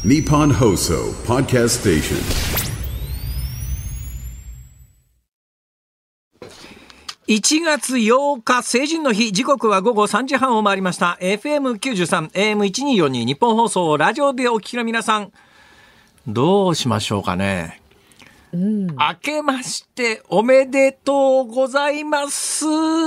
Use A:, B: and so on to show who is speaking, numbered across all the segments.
A: Nippon Hoso Podcast Station。
B: 1月8日成人の日、時刻は午後3時半を回りました。 FM93 AM1242 日本放送ラジオでお聞きの皆さん、どうしましょうかね。明けましておめでとうございます。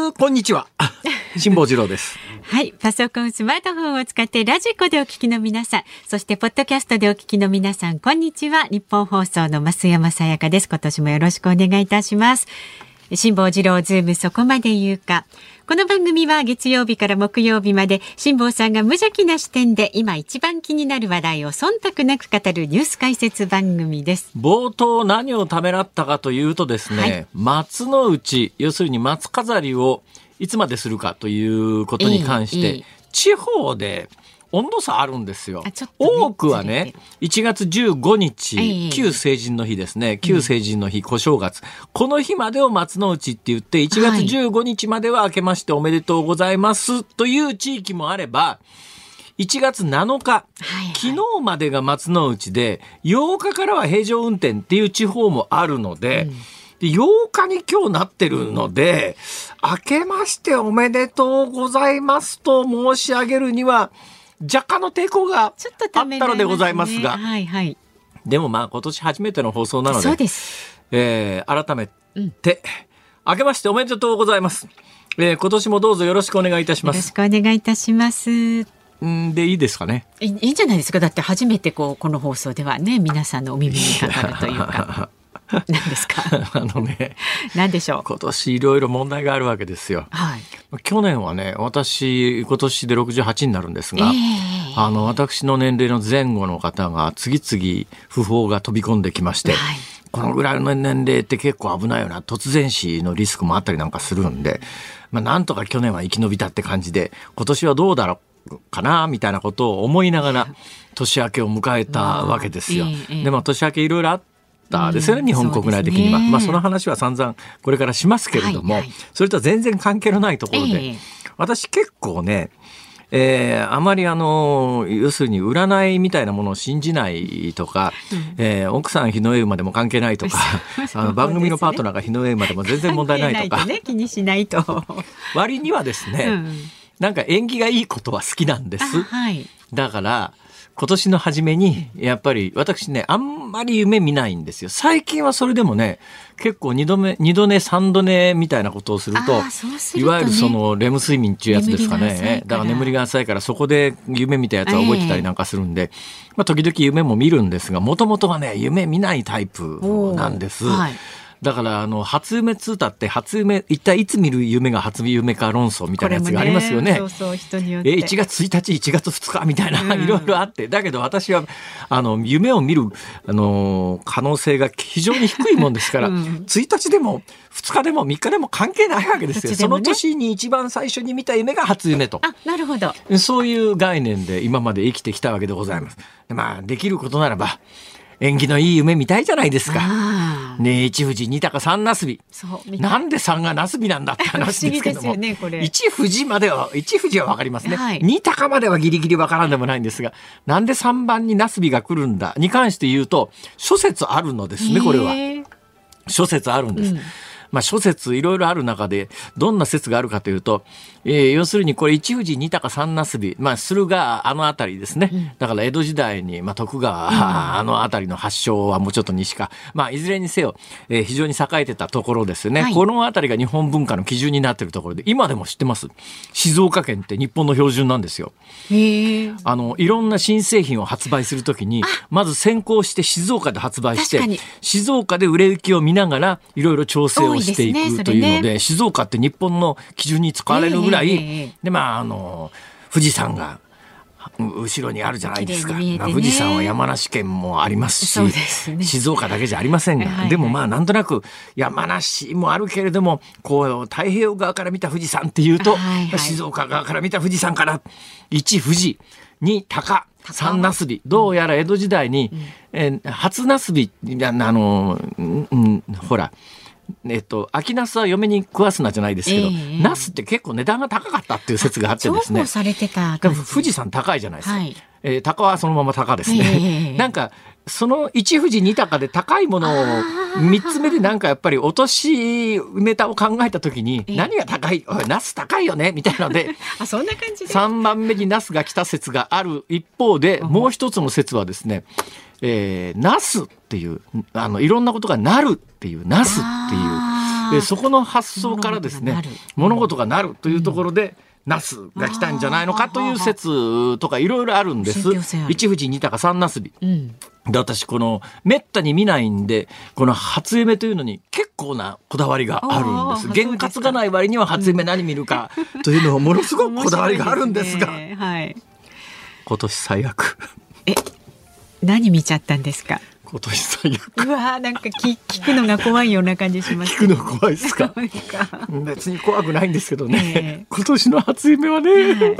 B: こんにちは、辛坊治郎です。
C: はい、パソコン、スマートフォンを使ってラジコでお聞きの皆さん、そしてポッドキャストでお聞きの皆さん、こんにちは。日本放送の増山さやかです。今年もよろしくお願いいたします。辛坊治郎ズームそこまで言うか。この番組は月曜日から木曜日まで辛坊さんが無邪気な視点で今一番気になる話題を忖度なく語るニュース解説番組です。
B: 冒頭何をためらったかというとですね、はい、松の内、要するに松飾りをいつまでするかということに関して、地方で温度差あるんですよ。多くはね、1月15日、旧成人の日ですね。旧成人の日、小正月。この日までを松の内って言って、1月15日までは明けましておめでとうございますという地域もあれば、1月7日、昨日までが松の内で、8日からは平常運転っていう地方もあるので、8日に今日なってるので、明けましておめでとうございますと申し上げるには、若干の抵抗があったのでございますが、でもまあ今年初めての放送なので、
C: そうです、
B: 改めて、明けましておめでとうございます。今年もどうぞよろしくお願いいたします。
C: よろしくお願いいたします。
B: でいいですかね。
C: いいんじゃないですか。だって初めてこの放送ではね、皆さんのお耳にかかるというか。何ですか。何でしょう。
B: 今年いろいろ問題があるわけですよ。去年はね、私今年で68になるんですが、私の年齢の前後の方が次々訃報が飛び込んできまして、このぐらいの年齢って結構危ないよな、突然死のリスクもあったりなんかするんで、なんとか去年は生き延びたって感じで、今年はどうだろうかなみたいなことを思いながら年明けを迎えたわけですよ。でも年明けいろいろあったですよね、日本国内的には。その話は散々これからしますけれども、それとは全然関係のないところで、私結構ね、あまり要するに占いみたいなものを信じないとか、奥さん日の上馬でも関係ないとか、番組のパートナーが日の上馬でも全然問題ないとか、
C: 気にしないと
B: 割にはですね、なんか縁起がいいことは好きなんです。だから今年の初めにやっぱり私ね、あんまり夢見ないんですよ。最近はそれでもね、結構2度寝3度寝みたいなことをすると、いわゆるそのレム睡眠っていうやつですかね。だから眠りが浅いから、そこで夢見たやつは覚えてたりなんかするんで、時々夢も見るんですが、もともとはね、夢見ないタイプなんです。だから初夢通達って初夢一体いつ見る夢が初夢か論争みたいなやつがありますよね。
C: 人によって
B: 1月1日1月2日みたいな、いろいろあって、だけど私は夢を見る可能性が非常に低いもんですから、1日でも2日でも3日でも関係ないわけですよ。その年に一番最初に見た夢が初夢と。
C: なるほど。
B: そういう概念で今まで生きてきたわけでございます。できることならば縁起のいい夢見たいじゃないですか。一富士二鷹三なすび。なんで三がなすびなんだって話ですけども、一富士は分かりますね。二鷹まではギリギリ分からんでもないんですが、なんで3番になすびが来るんだに関して言うと諸説あるのですね。これは諸説あるんです。諸説いろいろある中でどんな説があるかというと、要するにこれ一富士二鷹三なすび、駿河あたりですね。だから江戸時代に、徳川あたりの発祥はもうちょっと西か、いずれにせよ、非常に栄えてたところですね。このあたりが日本文化の基準になっているところで、今でも知ってます。静岡県って日本の標準なんですよ。いろんな新製品を発売するときにまず先行して静岡で発売して、静岡で売れ行きを見ながらいろいろ調整をしていくというので、静岡って日本の基準に使われるぐらい、で富士山が後ろにあるじゃないですか。富士山は山梨県もありますし、静岡だけじゃありませんが、でもなんとなく山梨もあるけれども、太平洋側から見た富士山っていうと、静岡側から見た富士山から1富士2鷹3なすび、どうやら江戸時代に、初なすびほら秋ナスは嫁に食わすなじゃないですけど、ナスって結構値段が高かったっていう説があってですね。
C: 重宝されてた
B: 富士山高いじゃないですか。 鷹はそのまま鷹ですね。なんかその一富士二鷹で高いものを3つ目でなんかやっぱり落としネタを考えた時に何が高い、おいナス高いよねみたいなので
C: そんな感じで
B: 3番目にナスが来た説がある一方で、もう一つの説はですね、ナスっていういろんなことがなるっていうナスっていうそこの発想からですね物事がなるというところで、ナスが来たんじゃないのかという説とかいろいろあるんです。一富士二鷹三ナスビ、で私このめったに見ないんでこの初夢というのに結構なこだわりがあるんです。験担がない割には初夢何見るかというのはものすごくこだわりがあるんですが、今年最悪。
C: 何見ちゃったんですか？
B: 今年最悪。
C: うわなんか聞くのが怖いような感じします。
B: 聞くの怖いですか？別に怖くないんですけどね、今年の初夢はね、何ですか？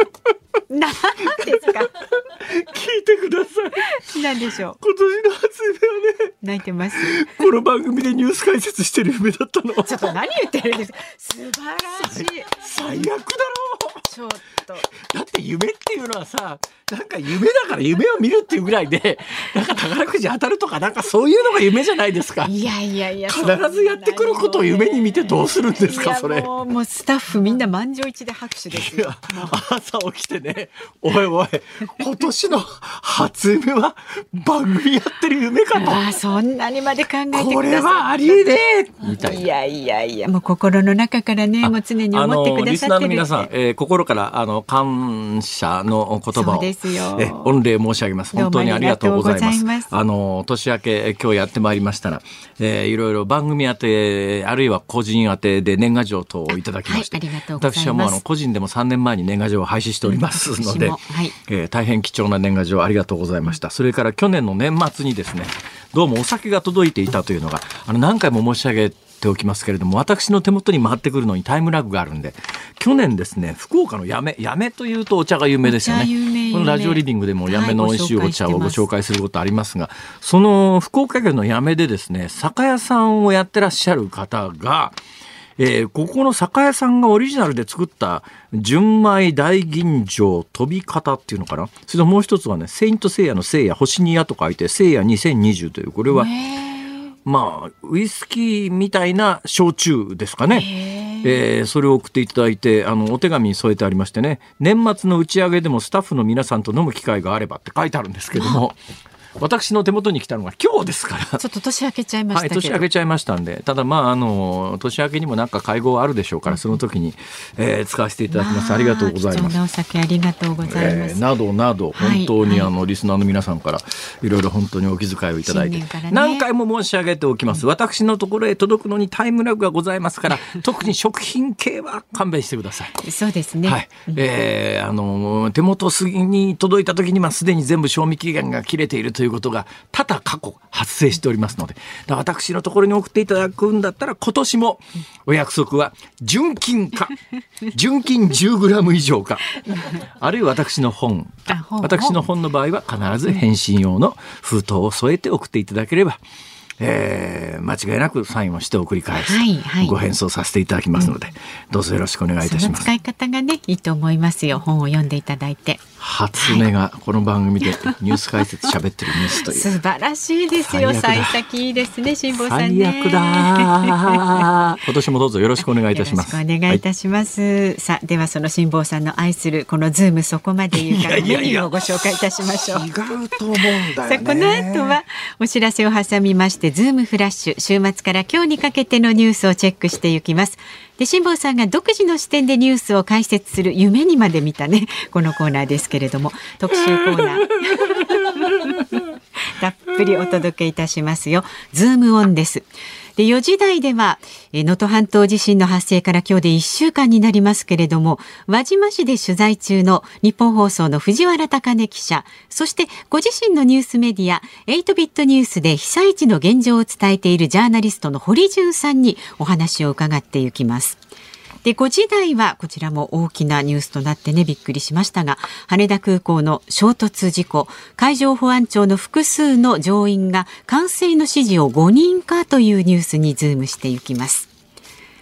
B: 聞いてください。何でしょう？今年の初夢はね、泣いてます。この番組でニュース解説してる夢だったの。ちょっと何言ってるんですか？素晴らしい。最悪だろう。ちょっとだって夢っていうのはさ、なんか夢だから夢を見るっていうぐらいで、なんか宝くじ当たるとかなんかそういうのが夢じゃないですか。いや必ずやってくることを夢に見てどうするんですか？それもうスタッフみんな満場一致で拍手ですよ。朝起きてね、おいおい今年の初夢は番組やってる夢かと。そんなにまで考えてください。これはありえねえみたいな。いやもう心の中からね、もう常に思ってくださってる。リスナーの皆さん、心から感謝の言葉を御礼申し上げます。本当にありがとうございます。年明け今日やってまいりましたら、いろいろ番組宛てあるいは個人宛てで年賀状等をいただきまして、私はもう個人でも3年前に年賀状を廃止しておりますので、大変貴重な年賀状ありがとうございました。それから去年の年末にですね、どうもお酒が届いていたというのが何回も申し上げておきますけれども、私の手元に回ってくるのにタイムラグがあるんで、去年ですね、福岡の八女というとお茶が有名ですよね。このラジオリビングでも八女の美味しいお茶をご紹介することありますが、その福岡県の八女でですね、酒屋さんをやってらっしゃる方が、ここの酒屋さんがオリジナルで作った純米大吟醸飛び方っていうのかな。それともう一つはね、セイントセイヤのセイヤ、星に矢と書いてセイヤ2020という、これはウイスキーみたいな焼酎ですかね。それを送っていただいて、お手紙に添えてありましてね、年末の打ち上げでもスタッフの皆さんと飲む機会があればって書いてあるんですけども、私の手元に来たのが今日ですから、ちょっと年明けちゃいましたけど、年明けちゃいましたんで、ただ年明けにもなんか会合あるでしょうから、その時に、使わせていただきます。ありがとうございます。貴重なお酒ありがとうございます。などなど本当にリスナーの皆さんからいろいろ本当にお気遣いをいただいて、何回も申し上げておきます。私のところへ届くのにタイムラグがございますから、特に食品系は勘弁してください。そうですね。手元過ぎに届いた時にはすでに全部賞味期限が切れているということが多々過去発生しておりますので、私のところに送っていただくんだったら、今年もお約束は純金か純金 10g 以上か、あるいは私の本の場合は必ず返信用の封筒を添えて送っていただければ、間違いなくサインをして送り返す、ご返送させていただきますので、どうぞよろしくお願いいたします。その使い方がね、いいと思いますよ。本を読んでいただいて。初音がこの番組でニュース解説喋ってるニュースという素晴らしいですよ。幸先いいですね、辛坊さんね。最悪だ今年もどうぞよろしくお願いいたします。よろしくお願いいたします、さあではその辛坊さんの愛するこのズームそこまで言うからメニューをご紹介いたしましょう。違うと思うんだよね。さあこの後はお知らせを挟みまして、ズームフラッシュ、週末から今日にかけてのニュースをチェックしていきます。で、辛坊さんが独自の視点でニュースを解説する夢にまで見たね、このコーナーですけれども、特集コーナーたっぷりお届けいたしますよ。ズームオンです。で、4時台では能登半島地震の発生から今日で1週間になりますけれども、輪島市で取材中の日本放送の藤原貴音記者、そしてご自身のニュースメディア8ビットニュースで被災地の現状を伝えているジャーナリストの堀潤さんにお話を伺っていきます。で、5時台はこちらも大きなニュースとなってね、びっくりしましたが、羽田空港の衝突事故、海上保安庁の複数の乗員が管制の指示を誤認かというニュースにズームしていきます。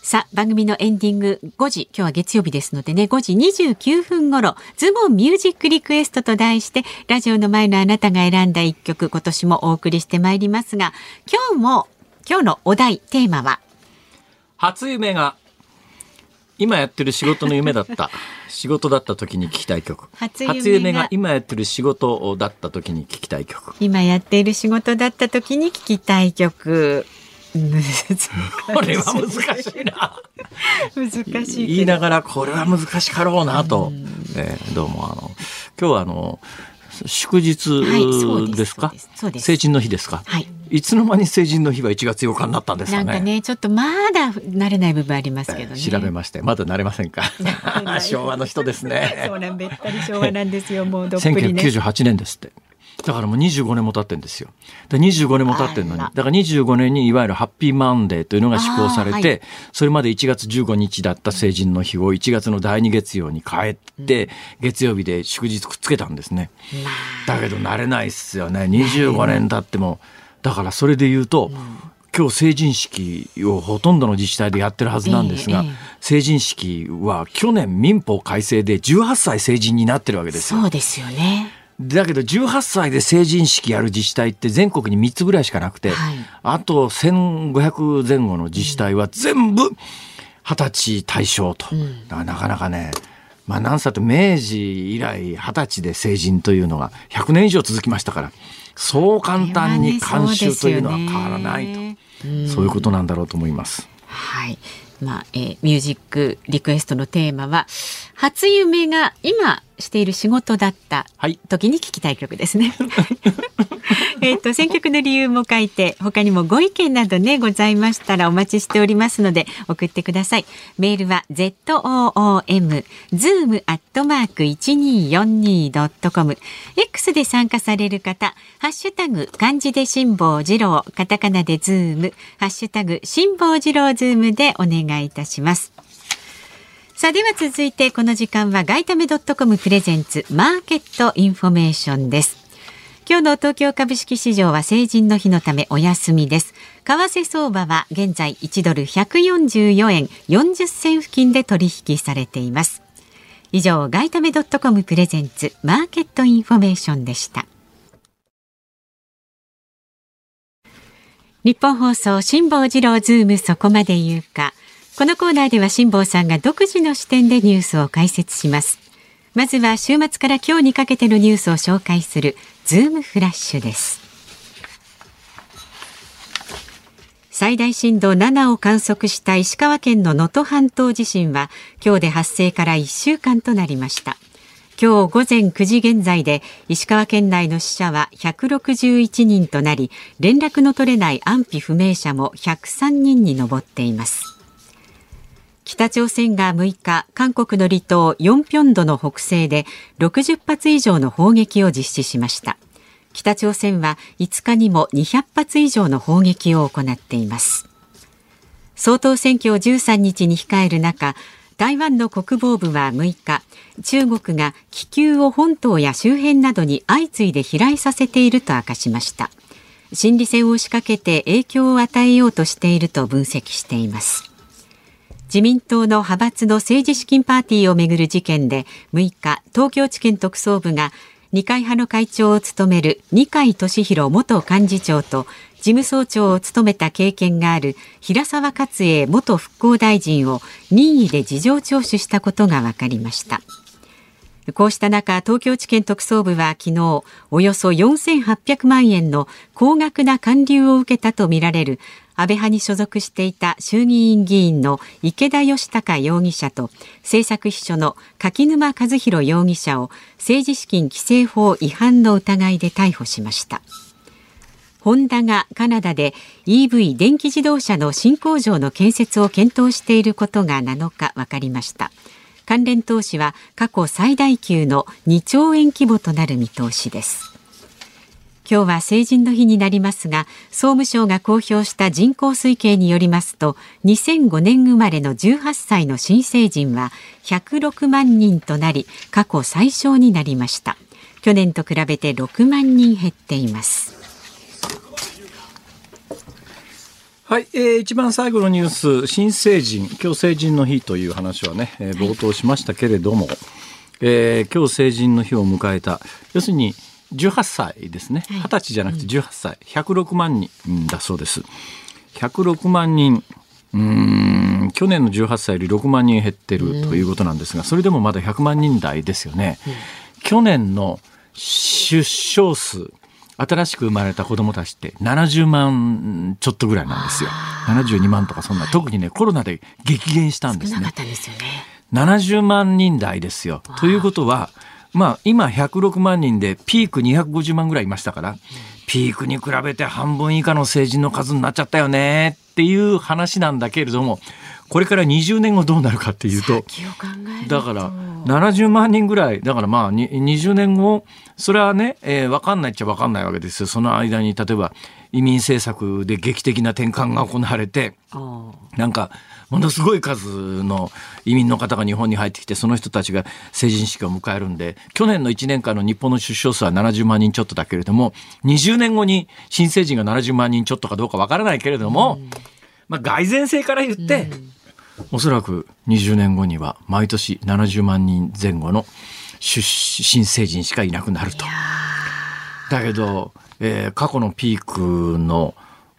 C: さあ番組のエンディング5時、今日は月曜日ですのでね、5時29分頃ズボンミュージックリクエストと題してラジオの前のあなたが選んだ一曲、今年もお送りしてまいりますが、今日のお題テーマは
B: 初夢が今やってる仕事の夢だった仕事だった時に聞きたい曲。初夢が今やってる仕事だった時に聞きたい曲。
C: 今やっている仕事だった時に聞きたい曲。
B: これは難しいな
C: 難しい
B: 言いながらこれは難しかろうなと、どうも今日は祝日ですか、
C: そうです
B: 成人の日ですか、はい、いつの間に成人の日は1月8日になったんですかね。
C: なんかねちょっとまだ慣れない部分ありますけどね、
B: 調べましてまだ慣れませんか昭和の人ですね。
C: そうなんべったり昭和なんですよもうどっぷりね。
B: 1998年ですって。だからもう25年も経ってんですよ。25年も経ってんのに、だから25年にいわゆるハッピーマンデーというのが施行されて、はい、それまで1月15日だった成人の日を1月の第2月曜に変えて、月曜日で祝日くっつけたんですね。だけど慣れないっすよね。25年経っても。だからそれで言うと、今日成人式をほとんどの自治体でやってるはずなんですが、成人式は去年民法改正で18歳成人になってるわけですよ。
C: そうですよね。
B: だけど18歳で成人式やる自治体って全国に3つぐらいしかなくて、はい、あと1500前後の自治体は全部20歳対象と、だからなかなかね、なんせ明治以来20歳で成人というのが100年以上続きましたから、そう簡単に慣習というのは変わらないと、そういうことなんだろうと思います。
C: はい。ミュージックリクエストのテーマは初夢が今している仕事だった時に聞きたい曲ですね、選曲の理由も書いて、他にもご意見などねございましたらお待ちしておりますので送ってください。メールは zoom@1242.com、 X で参加される方、ハッシュタグ漢字で辛坊治郎、カタカナでズーム、ハッシュタグ辛坊治郎ズームでお願いいたします。さあでは続いてこの時間はガイタメ.comプレゼンツマーケットインフォメーションです。今日の東京株式市場は成人の日のためお休みです。為替相場は現在1ドル144円40銭付近で取引されています。以上ガイタメ.comプレゼンツマーケットインフォメーションでした。日本放送辛坊治郎ズームそこまで言うか。このコーナーでは辛坊さんが独自の視点でニュースを解説します。まずは週末から今日にかけてのニュースを紹介するズームフラッシュです。最大震度7を観測した石川県の能登半島地震は今日で発生から1週間となりました。今日午前9時現在で石川県内の死者は161人となり、連絡の取れない安否不明者も103人に上っています。北朝鮮が6日、韓国の離島ヨンピョンドの北西で60発以上の砲撃を実施しました。北朝鮮は5日にも200発以上の砲撃を行っています。総統選挙を13日に控える中、台湾の国防部は6日、中国が気球を本島や周辺などに相次いで飛来させていると明かしました。心理戦を仕掛けて影響を与えようとしていると分析しています。自民党の派閥の政治資金パーティーをめぐる事件で6日、東京地検特捜部が二階派の会長を務める二階俊博元幹事長と事務総長を務めた経験がある平沢勝栄元復興大臣を任意で事情聴取したことが分かりました。こうした中、東京地検特捜部は昨日およそ4800万円の高額な還流を受けたとみられる安倍派に所属していた衆議院議員の池田義孝容疑者と政策秘書の柿沼和弘容疑者を政治資金規正法違反の疑いで逮捕しました。ホンダがカナダで EV 電気自動車の新工場の建設を検討していることが7日分かりました。関連投資は過去最大級の2兆円規模となる見通しです。今日は成人の日になりますが、総務省が公表した人口推計によりますと、2005年生まれの18歳の新成人は106万人となり、過去最少になりました。去年と比べて6万人減っています。
B: はい、一番最後のニュース、新成人、今日成人の日という話はね、冒頭しましたけれども、今日成人の日を迎えた、要するに18歳ですね、20歳じゃなくて18歳、106万人だそうです。106万人、去年の18歳より6万人減ってるということなんですが、それでもまだ100万人台ですよね。去年の出生数、新しく生まれた子どもたちって70万ちょっとぐらいなんですよ。72万とかそんな、特にねコロナで激減したんですね。
C: 少なかったですよね。
B: 70万人台ですよ。ということは、今106万人でピーク250万ぐらいいましたから、ピークに比べて半分以下の成人の数になっちゃったよねっていう話なんだけれども、これから20年後どうなるかっていうと、だから70万人ぐらいだから、20年後それはね、分かんないっちゃ分かんないわけですよ。その間に例えば移民政策で劇的な転換が行われて、なんかものすごい数の移民の方が日本に入ってきて、その人たちが成人式を迎えるんで、去年の1年間の日本の出生数は70万人ちょっとだけれども、20年後に新成人が70万人ちょっとかどうか分からないけれども、蓋然性から言って、おそらく20年後には毎年70万人前後の新成人しかいなくなると。だけど、過去のピークの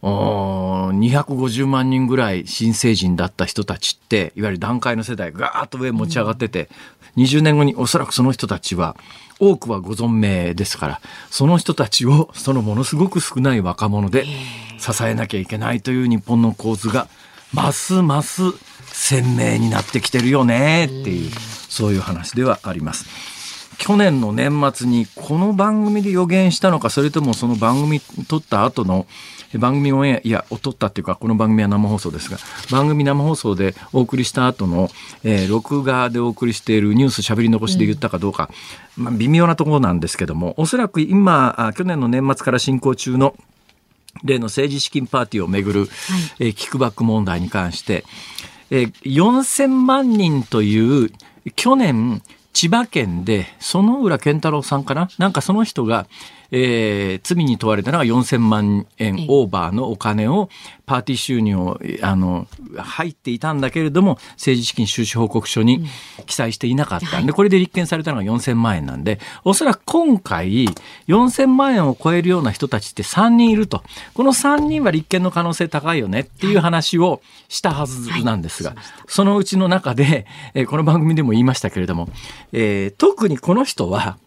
B: 250万人ぐらい新成人だった人たちって、いわゆる団塊の世代がガーッと上持ち上がってて、20年後におそらくその人たちは多くはご存命ですから、その人たちをそのものすごく少ない若者で支えなきゃいけないという日本の構図がますます鮮明になってきてるよねっていう、そういう話ではあります。去年の年末にこの番組で予言したのか、それともその番組撮った後の番組を撮ったっていうか、この番組は生放送ですが、番組生放送でお送りした後の、録画でお送りしているニュースしゃべり残しで言ったかどうか、微妙なところなんですけども、おそらく今去年の年末から進行中の例の政治資金パーティーをめぐる、キックバック問題に関して、4000万人という去年千葉県で園浦健太郎さんかな、なんかその人が、罪に問われたのが4000万円オーバーのお金をパーティー収入を入っていたんだけれども、政治資金収支報告書に記載していなかったんで、これで立件されたのが4000万円なんで、おそらく今回4000万円を超えるような人たちって3人いると、この3人は立件の可能性高いよねっていう話をしたはずなんですが、そのうちの中で、この番組でも言いましたけれども、特にこの人は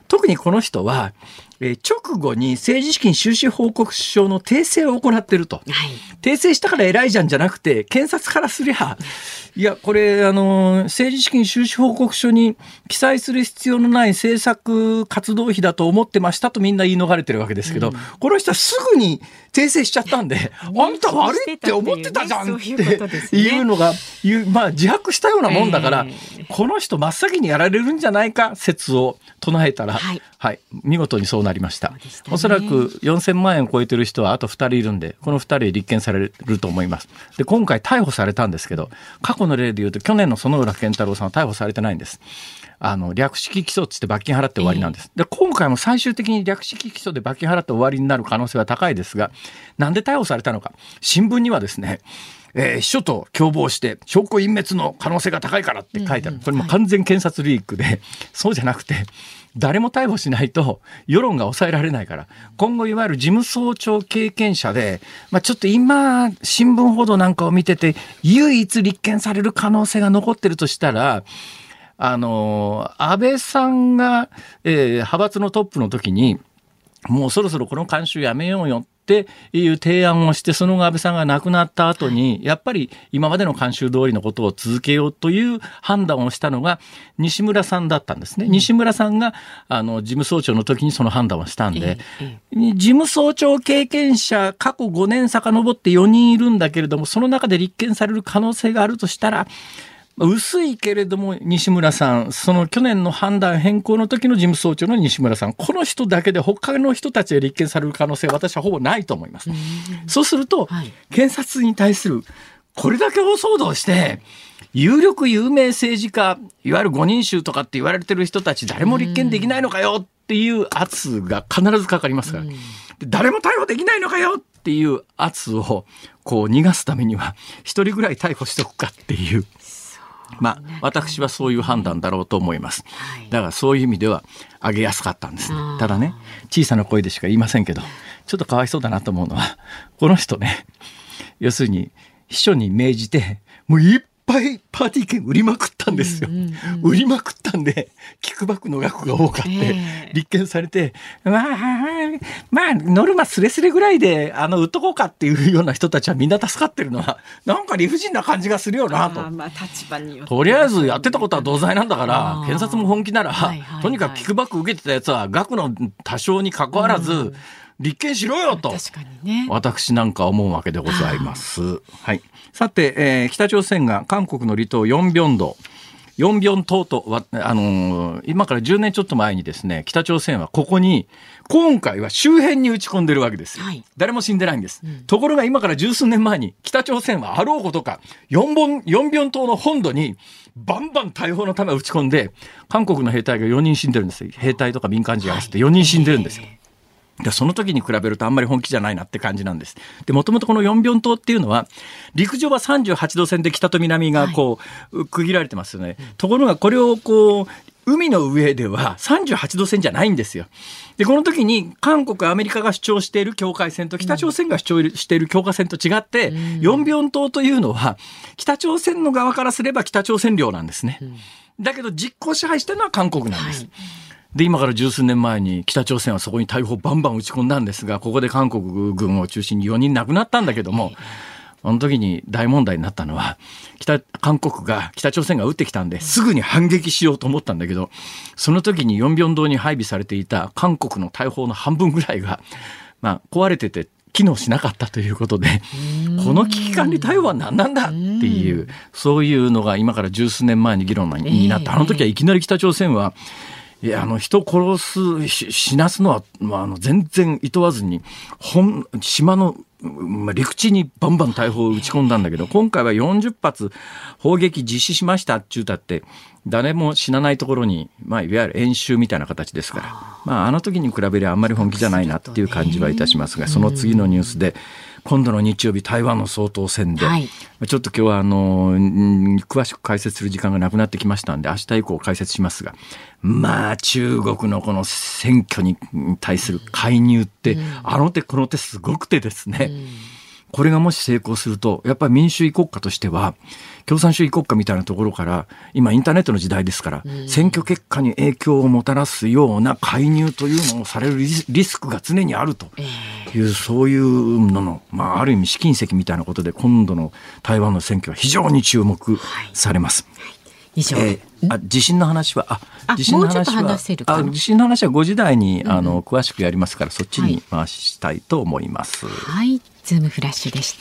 B: 直後に政治資金収支報告書の訂正を行っていると、訂正したから偉いじゃんじゃなくて、検察からすりゃ、いやこれ政治資金収支報告書に記載する必要のない政策活動費だと思ってましたとみんな言い逃れてるわけですけど、この人はすぐに訂正しちゃったんで、あんた悪いって思ってたじゃんっていうのが自白したようなもんだから、この人真っ先にやられるんじゃないか説を唱えたら、見事にそうなりました。おそらく4000万円を超えてる人はあと2人いるんで、この2人立件されると思います。で、今回逮捕されたんですけど、過去の例で言うと去年の園浦健太郎さんは逮捕されてないんです。略式起訴って罰金払って終わりなんです。で、今回も最終的に略式起訴で罰金払って終わりになる可能性は高いですが、なんで逮捕されたのか。新聞にはですね、秘書と共謀して証拠隠滅の可能性が高いからって書いてある。これも完全検察リークで、そうじゃなくて、誰も逮捕しないと世論が抑えられないから、今後いわゆる事務総長経験者で、ちょっと今新聞報道なんかを見てて唯一立件される可能性が残ってるとしたら、安倍さんが、派閥のトップの時にもうそろそろこの慣習やめようよっていう提案をして、その後安倍さんが亡くなった後にやっぱり今までの慣習通りのことを続けようという判断をしたのが西村さんだったんですね。西村さんが事務総長の時にその判断をしたんで、事務総長経験者過去5年遡って4人いるんだけれども、その中で立件される可能性があるとしたら、薄いけれども西村さん、その去年の判断変更の時の事務総長の西村さん、この人だけで他の人たちが立件される可能性は私はほぼないと思います。そうすると、検察に対するこれだけ大騒動して有力有名政治家、いわゆる5人衆とかって言われてる人たち誰も立件できないのかよっていう圧が必ずかかりますから、誰も逮捕できないのかよっっていう圧をこう逃がすためには一人ぐらい逮捕しておくかっていう、私はそういう判断だろうと思います。だからそういう意味では上げやすかったんですね。ただね、小さな声でしか言いませんけど、ちょっとかわいそうだなと思うのは、この人ね、要するに秘書に命じてもういっぱいパーティー券売りまくったんですよ。売りまくったんでキックバックの額が多かって立件されて、まあノルマスレスレぐらいで売っとこうかっていうような人たちはみんな助かってるのはなんか理不尽な感じがするよなと。
C: 立場によって
B: とりあえずやってたことは同罪なんだから検察も本気なら、とにかくキックバック受けてたやつは額の多少に関わらず、立件しろよと、
C: 確かにね、
B: 私なんか思うわけでございます。はい、さて、北朝鮮が韓国の離島ヨンビョン島と今から10年ちょっと前にですね、北朝鮮はここに今回は周辺に撃ち込んでるわけですよ。誰も死んでないんです。ところが今から十数年前に北朝鮮はあろうことかヨンビョン島の本土にバンバン大砲の弾を撃ち込んで、韓国の兵隊が4人死んでるんですよ。兵隊とか民間人合わせて4人死んでるんですよ。その時に比べるとあんまり本気じゃないなって感じなんです。で、もともとこのヨンビョン島っていうのは陸上は38度線で北と南がこう、区切られてますよね。ところがこれをこう海の上では38度線じゃないんですよ。で、この時に韓国アメリカが主張している境界線と北朝鮮が主張している境界線と違って、ヨンビョン島というのは北朝鮮の側からすれば北朝鮮領なんですね。だけど実効支配してるのは韓国なんです。で、今から十数年前に北朝鮮はそこに大砲バンバン撃ち込んだんですが、ここで韓国軍を中心に4人亡くなったんだけども、あの時に大問題になったのは韓国が北朝鮮が撃ってきたんですぐに反撃しようと思ったんだけど、その時にヨンビョン島に配備されていた韓国の大砲の半分ぐらいが、壊れてて機能しなかったということで、この危機管理対応は何なんだっていう、そういうのが今から十数年前に議論になった。あの時はいきなり北朝鮮はいや、人を殺す死なすのは、全然厭わずに島の陸地にバンバン大砲を撃ち込んだんだけど、今回は40発砲撃実施しましたって言ったって誰も死なないところに、いわゆる演習みたいな形ですから、あの時に比べりゃあんまり本気じゃないなっていう感じはいたしますが、その次のニュースで今度の日曜日台湾の総統選で、ちょっと今日は詳しく解説する時間がなくなってきましたんで明日以降解説しますが、中国のこの選挙に対する介入って、あの手この手すごくてですね、これがもし成功するとやっぱり民主主義国家としては共産主義国家みたいなところから今インターネットの時代ですから、選挙結果に影響をもたらすような介入というのをされるリスクが常にあるという、そういうのの、ある意味試金石みたいなことで今度の台湾の選挙は非常に注目されます。
C: 以上、
B: 地震の話は地震の話は5時台に詳しくやりますから、そっちに回したいと思います。
C: はい、ズームフラッシュでした。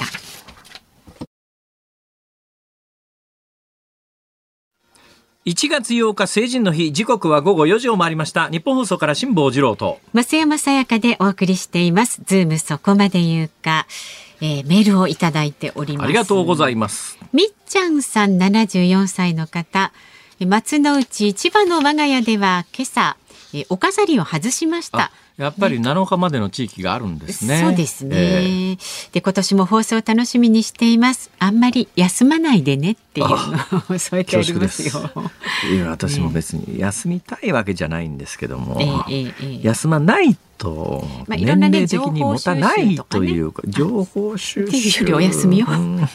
B: 1月8日成人の日、時刻は午後4時を回りました。日本放送から辛坊治郎と
C: 増山さやかでお送りしています。ズームそこまで言うか、メールをいただいております。
B: ありがとうございます。
C: みっちゃんさん74歳の方、松の内千葉の我が家では今朝お飾りを外しました。
B: やっぱり7日までの地域があるんですね。
C: そうですね、で今年も放送を楽しみにしています。あんまり休まないでねっていうのを添えてありますよ。
B: いや、私も別に休みたいわけじゃないんですけども、休まないと年齢的に持たないというか、情報収集
C: っていうよりお休みをなんか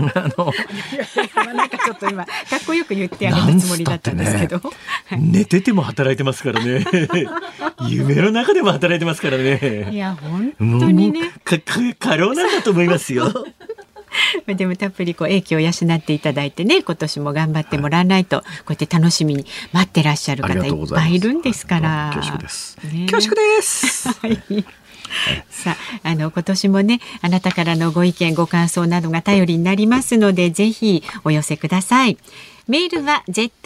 C: ちょっと今かっこよく言ってあげたつもりだったんですけど、
B: 寝てても働いてますからね夢の中でも働いてますからね。
C: いや本当にね、
B: 過労なんだと思いますよ
C: でもたっぷり英気を養っていただいてね、今年も頑張ってもらわないと、こうやって楽しみに待ってらっしゃる方いっぱいいるんですから。
B: 恐縮です、恐縮です
C: はいさあ、今年もね、あなたからのご意見ご感想などが頼りになりますので、ぜひお寄せください。メールは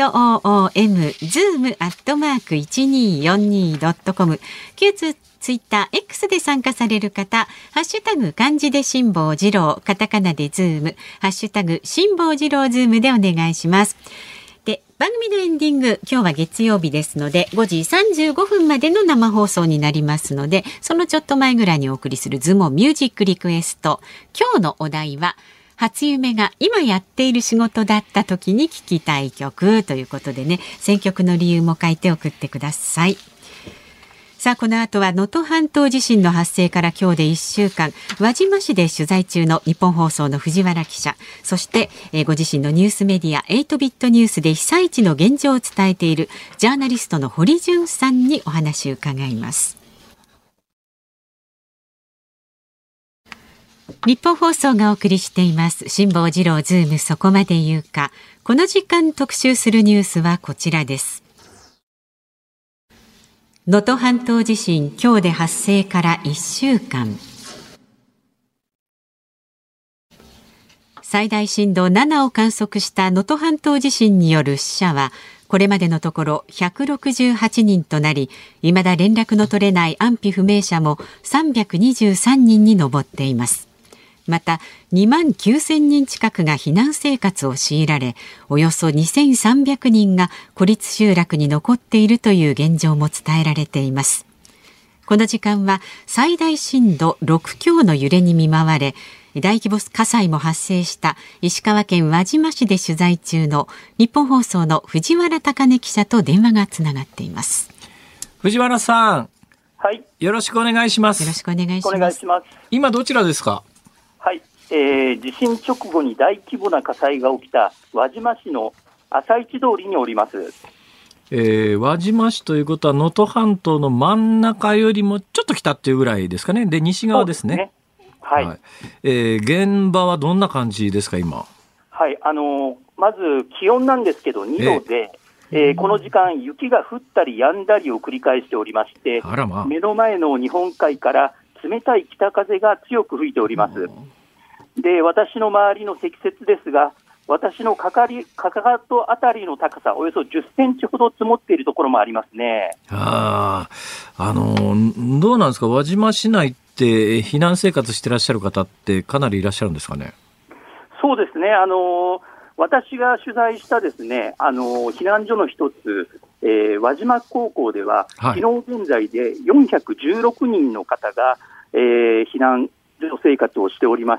C: zoom@1242.com、 旧ツイッター X で参加される方、ハッシュタグ漢字で辛坊治郎、カタカナでズーム、ハッシュタグ辛坊治郎ズームでお願いします。で、 番組のエンディング、今日は月曜日ですので5時35分までの生放送になりますので、そのちょっと前ぐらいにお送りするズモミュージックリクエスト。今日のお題は初夢が今やっている仕事だった時に聴きたい曲ということでね、選曲の理由も書いて送ってください。さあ、この後は能登半島地震の発生から今日で1週間、輪島市で取材中の日本放送の藤原記者、そして、ご自身のニュースメディア8ビットニュースで被災地の現状を伝えているジャーナリストの堀潤さんにお話を伺います。日本放送がお送りしています辛坊治郎ズームそこまで言うか。この時間特集するニュースはこちらです。能登半島地震、今日で発生から1週間。最大震度7を観測した能登半島地震による死者はこれまでのところ168人となり、未だ連絡の取れない安否不明者も323人に上っています。また2万9000人近くが避難生活を強いられ、およそ2300人が孤立集落に残っているという現状も伝えられています。この時間は最大震度6強の揺れに見舞われ、大規模火災も発生した石川県輪島市で取材中の日本放送の藤原貴根記者と電話がつながっています。
B: 藤原さん、
D: はい、
B: よろしくお願いします。
C: よろしくお願いします。
D: お願いします。
B: 今どちらですか？
D: はい、地震直後に大規模な火災が起きた輪島市の朝市通りにおります。
B: 輪島市ということは能登半島の真ん中よりもちょっと北っていうぐらいですかね。で、西側ですね。
D: はい、
B: はい。現場はどんな感じですか今？
D: はい、まず気温なんですけど2度で、この時間雪が降ったり止んだりを繰り返しておりまして、目の前の日本海から冷たい北風が強く吹いております。で、私の周りの積雪ですが、私のかかとあたりの高さおよそ10センチほど積もっているところもありますね。
B: どうなんですか、輪島市内って避難生活していらっしゃる方ってかなりいらっしゃるんですかね？
D: そうですね、私が取材したですね、避難所の一つ、輪島高校では、昨日現在で416人の方が、避難所生活をしておりまして、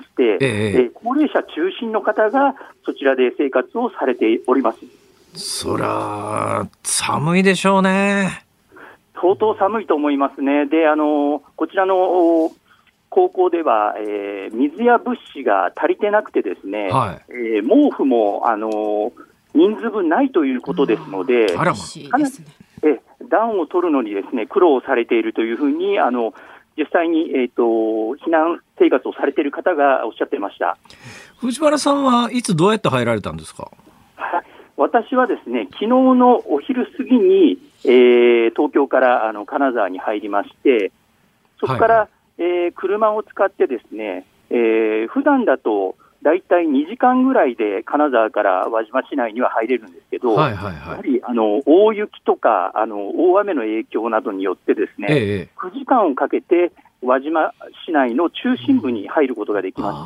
D: 高齢者中心の方がそちらで生活をされております。
B: そら寒いでしょうね。
D: 相当寒いと思いますね。で、こちらの高校では、水や物資が足りてなくてですね、毛布も人数分ないということですので、かなり暖を取るのにですね苦労されているというふうに実際に、避難生活をされている方がおっしゃっていました。
B: 藤原さんはいつどうやって入られたんですか？
D: 私はですね、昨日のお昼過ぎに、東京から金沢に入りまして、そこから、車を使ってですね、普段だとだいたい2時間ぐらいで金沢から輪島市内には入れるんですけど、やはり大雪とか大雨の影響などによってですね、9時間をかけて輪島市内の中心部に入ることができました。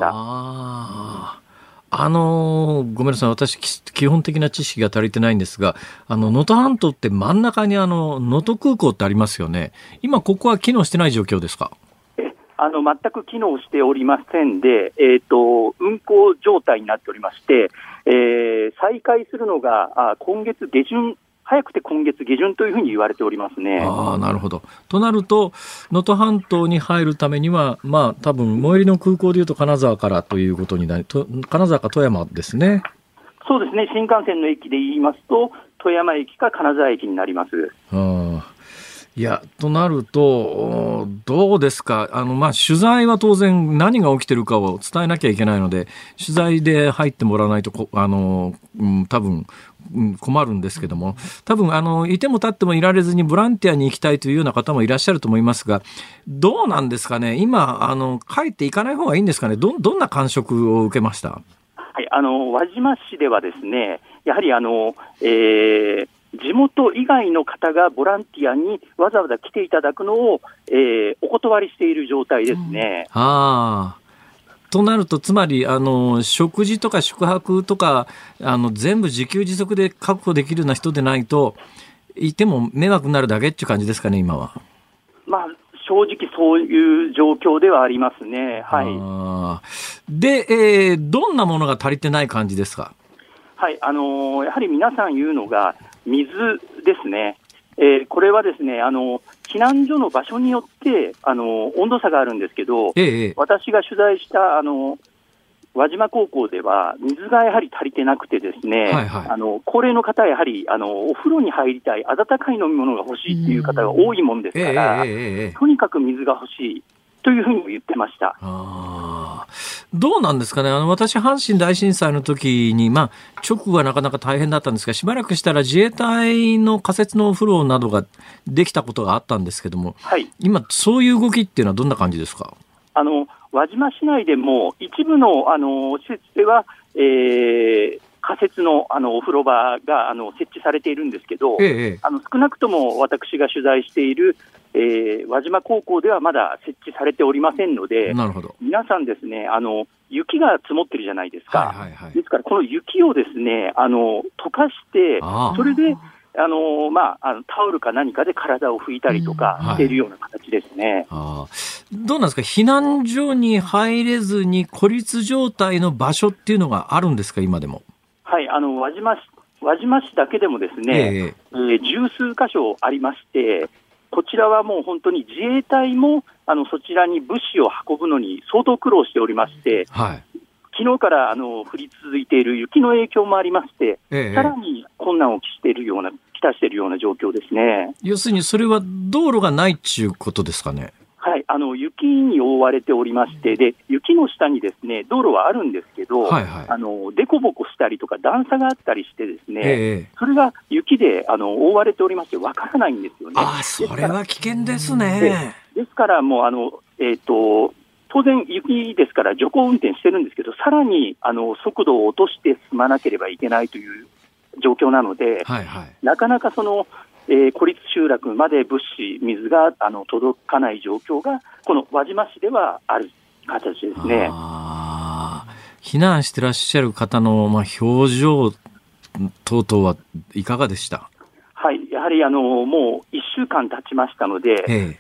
B: ごめんなさい、私基本的な知識が足りてないんですが、能登半島って真ん中に能登空港ってありますよね。今ここは機能してない状況ですか？
D: 全く機能しておりませんで、運行状態になっておりまして、再開するのが今月下旬、早くて今月下旬というふうに言われておりますね。
B: なるほど。となると能登半島に入るためには、多分最寄りの空港でいうと金沢からということになり、金沢か富山ですね。
D: そうですね、新幹線の駅で言いますと富山駅か金沢駅になります。
B: いや、となるとどうですか。取材は当然何が起きてるかを伝えなきゃいけないので、取材で入ってもらわないと多分困るんですけども、多分いても立ってもいられずにボランティアに行きたいというような方もいらっしゃると思いますが、どうなんですかね。今帰っていかない方がいいんですかね。どんな感触を受けました？
D: 輪島市ではですね、やはり地元以外の方がボランティアにわざわざ来ていただくのを、お断りしている状態ですね。
B: となると、つまり食事とか宿泊とか全部自給自足で確保できるような人でないといても迷惑になるだけっていう感じですかね、今は。
D: まあ、正直そういう状況ではありますね。はい。
B: で、どんなものが足りてない感じですか？
D: はい、やはり皆さん言うのが水ですね。これはですね、避難所の場所によって温度差があるんですけど、私が取材した輪島高校では水がやはり足りてなくてですね、高齢の方はやはりお風呂に入りたい、温かい飲み物が欲しいという方が多いもんですから、とにかく水が欲しいというふうに言ってました。
B: どうなんですかね。私、阪神大震災の時に、直後はなかなか大変だったんですが、しばらくしたら自衛隊の仮設のお風呂などができたことがあったんですけども、今、そういう動きっていうのはどんな感じですか？
D: 輪島市内でも一部の施設では、仮設のお風呂場が設置されているんですけど、少なくとも私が取材している輪島高校ではまだ設置されておりませんので、皆さんですね、雪が積もってるじゃないですか。ですからこの雪をですね溶かして、それでタオルか何かで体を拭いたりとかしているような形ですね。
B: どうなんですか？避難所に入れずに孤立状態の場所っていうのがあるんですか、今でも？はい、
D: 輪島市だけでもですね、十数箇所ありまして、こちらはもう本当に自衛隊もそちらに物資を運ぶのに相当苦労しておりまして、昨日から降り続いている雪の影響もありまして、さらに困難をきたしているような状況ですね。
B: 要するにそれは道路がないっていうことですかね？
D: はい、雪に覆われておりまして、で雪の下にですね道路はあるんですけど、でこぼこしたりとか段差があったりしてですね、それが雪で覆われておりましてわからないんですよね。
B: それは危険ですね。
D: ですからもう当然雪ですから徐行運転してるんですけど、さらに速度を落として進まなければいけないという状況なので、なかなか孤立集落まで物資、水が届かない状況がこの輪島市ではある形ですね。
B: 避難してらっしゃる方の、表情等々はいかがでした？
D: はい、やはりもう1週間経ちましたので、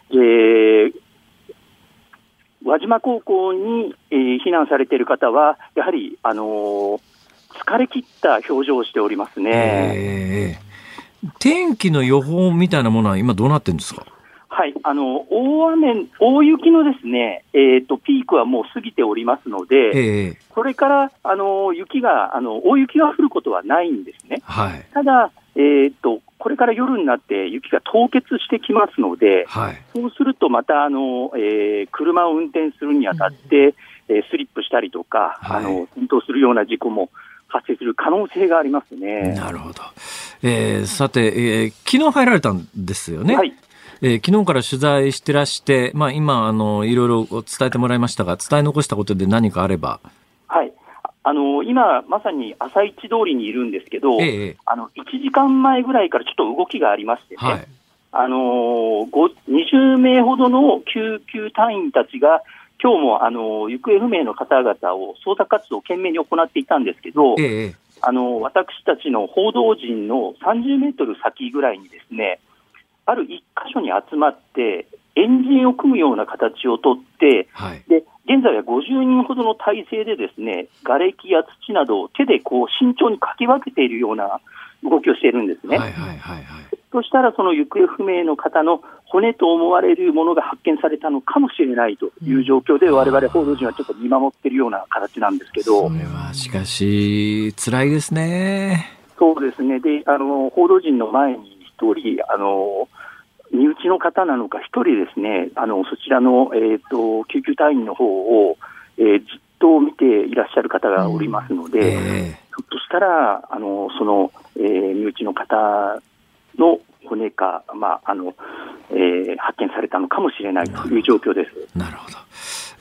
D: 輪島高校に、避難されている方はやはり疲れ切った表情をしておりますね。
B: 天気の予報みたいなものは今どうなってるんですか？
D: はい、大雪のですね、ピークはもう過ぎておりますので、これから大雪が降ることはないんですね。ただ、これから夜になって雪が凍結してきますので、そうするとまた車を運転するにあたって、スリップしたりとか、転倒するような事故も発生する可能性がありますね。
B: なるほど。さて、昨日入られたんですよね。昨日から取材してらして、今いろいろ伝えてもらいましたが、伝え残したことで何かあれば。はい、
D: 今まさに朝市通りにいるんですけど、1時間前ぐらいからちょっと動きがありましてね、20名ほどの救急隊員たちが今日も行方不明の方々を捜索活動を懸命に行っていたんですけど、私たちの報道陣の30メートル先ぐらいにですね、ある1箇所に集まってエンジンを組むような形をとって、で現在は50人ほどの体制でですね、瓦礫や土などを手で慎重にかき分けているような動きをしているんですね。そしたらその行方不明の方の骨と思われるものが発見されたのかもしれないという状況で、我々報道陣はちょっと見守っているような形なんですけど。
B: それはしかし辛いですね。
D: そうですね。で報道陣の前に一人身内の方なのか一人ですね、そちらの、救急隊員の方を、じっと見ていらっしゃる方がおりますので、ひょっとしたらその、身内の方の骨か、発見されたのかもしれないという状況です。
B: なるほど。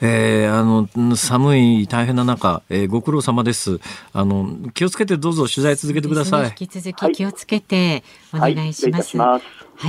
B: 寒い大変な中、ご苦労様です。気をつけてどうぞ取材続けてください。
C: 引き続き気をつけてお願いします。
D: はい、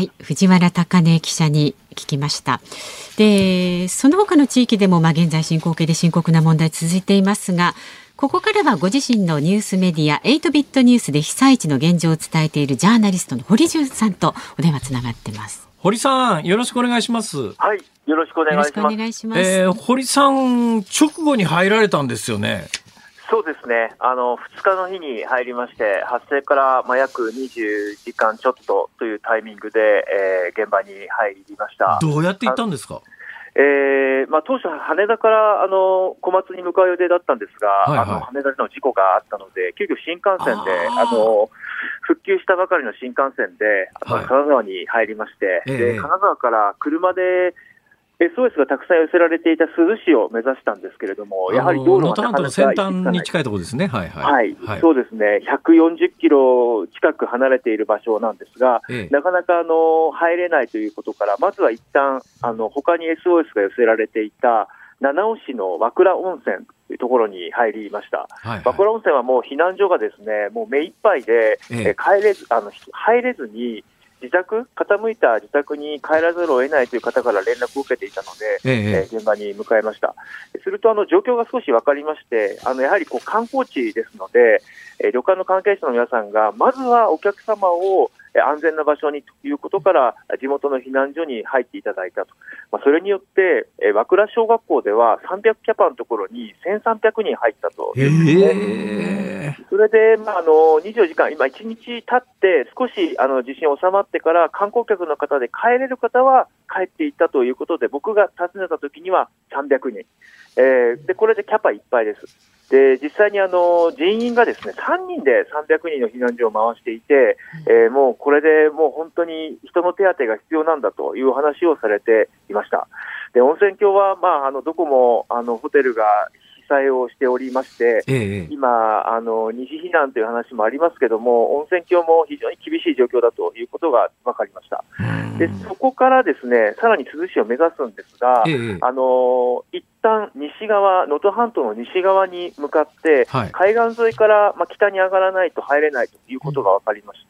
C: 藤原貴音記者に聞きました。で、その他の地域でも現在進行形で深刻な問題続いていますが、ここからはご自身のニュースメディア8ビットニュースで被災地の現状を伝えているジャーナリストの堀潤さんとお電話つながってます。
B: 堀さん、よろしくお願いします。
D: はい、よろしくお願いします。
B: 堀さん、直後に入られたんですよね。
E: そうですね。2日の日に入りまして、発生から約20時間ちょっとというタイミングで、現場に入りました。
B: どうやって行ったんですか？
E: 当初、羽田から小松に向かう予定だったんですが、羽田での事故があったので、急遽新幹線で復旧したばかりの新幹線で金沢に入りまして、で金沢から車でSOS がたくさん寄せられていた珠洲市を目指したんですけれども、やはり道路がなかなか
B: 能登半島の先端に近いところですね。
E: そうですね。140キロ近く離れている場所なんですが、なかなか入れないということから、まずは一旦他に SOS が寄せられていた七尾市の和倉温泉というところに入りました。和倉温泉はもう避難所がですね、もう目いっぱいで、入れずに傾いた自宅に帰らざるを得ないという方から連絡を受けていたので、現場に向かいました。すると状況が少し分かりまして、やはり観光地ですので、旅館の関係者の皆さんがまずはお客様を安全な場所にということから地元の避難所に入っていただいたと。それによって和倉小学校では300キャパのところに1300人入ったということで、それで24時間、今1日経って少し地震収まってから観光客の方で帰れる方は帰っていったということで、僕が訪ねた時には300人、でこれでキャパいっぱいです。で実際に人員がですね3人で300人の避難所を回していて、もうこれでもう本当に人の手当てが必要なんだという話をされていました。で温泉郷は、どこもホテルが被災をしておりまして、今二次避難という話もありますけども、温泉郷も非常に厳しい状況だということが分かりました。でそこからですねさらに珠洲市を目指すんですが、一旦西側、能登半島の西側に向かって、海岸沿いから、北に上がらないと入れないということが分かりまして、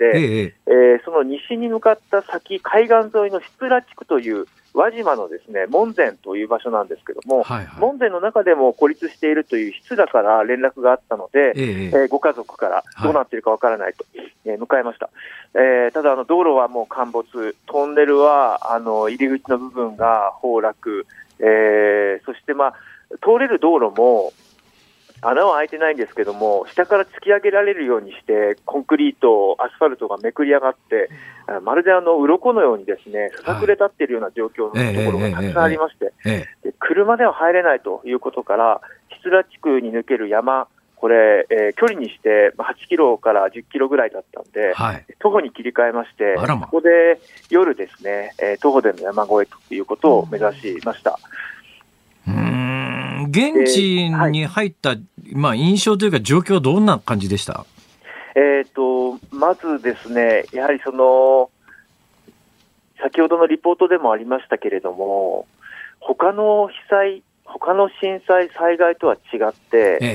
E: その西に向かった先、海岸沿いの七浦地区という輪島のですね門前という場所なんですけども、門前の中でも孤立しているという七浦から連絡があったので、ご家族からどうなっているかわからないと、向かいました。ただ道路はもう陥没、トンネルは入り口の部分が崩落、そして通れる道路も穴は開いてないんですけども、下から突き上げられるようにしてコンクリート、アスファルトがめくり上がって、まるで鱗のようにですねささくれ立っているような状況のところがたくさんありまして、で車では入れないということから七浦地区に抜ける山、これ、距離にして8キロから10キロぐらいだったんで、徒歩に切り替えまして、ここで夜ですね、徒歩での山越えということを目指しました。
B: 現地に入った、印象というか状況はどんな感じでした？
E: まずですね、やはり先ほどのリポートでもありましたけれども、他の震災、災害とは違って、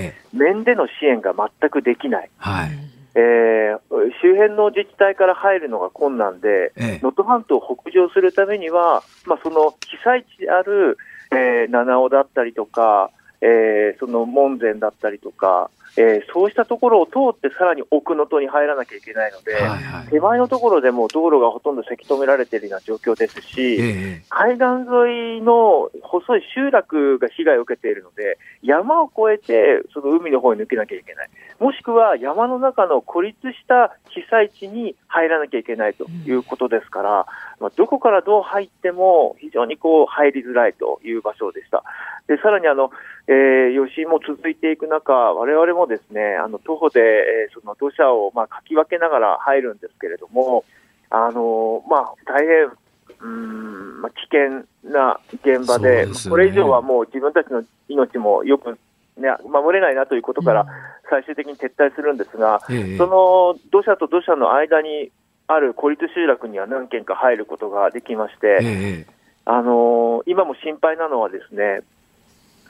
E: 面での支援が全くできない。周辺の自治体から入るのが困難で、能登半島を北上するためには、その被災地である七尾だったりとか、その門前だったりとか、そうしたところを通ってさらに奥能登に入らなきゃいけないので、手前のところでも道路がほとんどせき止められているような状況ですし、海岸沿いの細い集落が被害を受けているので、山を越えてその海の方に抜けなきゃいけない、もしくは山の中の孤立した被災地に入らなきゃいけないということですから、どこからどう入っても非常に入りづらいという場所でした。でさらに余震も続いていく中、我々もですね徒歩で、その土砂をかき分けながら入るんですけれども、大変危険な現場で、これ以上はもう自分たちの命もよく、守れないなということから最終的に撤退するんですが、その土砂と土砂の間にある孤立集落には何軒か入ることができまして、今も心配なのはですね、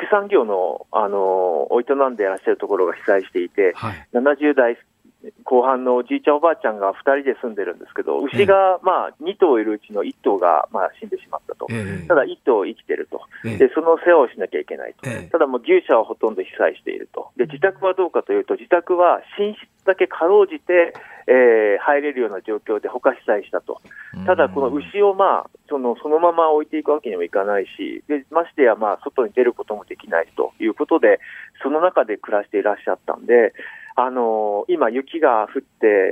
E: 畜産業の、を営んでいらっしゃるところが被災していて、
B: はい、
E: 70代後半のおじいちゃんおばあちゃんが2人で住んでるんですけど、牛が2頭いるうちの1頭が死んでしまったと、ただ1頭生きてると、でその世話をしなきゃいけないと、ただもう牛舎はほとんど被災していると、で自宅はどうかというと、自宅は寝室だけかろうじて、入れるような状況で他被災したと、ただこの牛をそのまま置いていくわけにもいかないし、でましてや外に出ることもできないということで、その中で暮らしていらっしゃったんで、今雪が降って、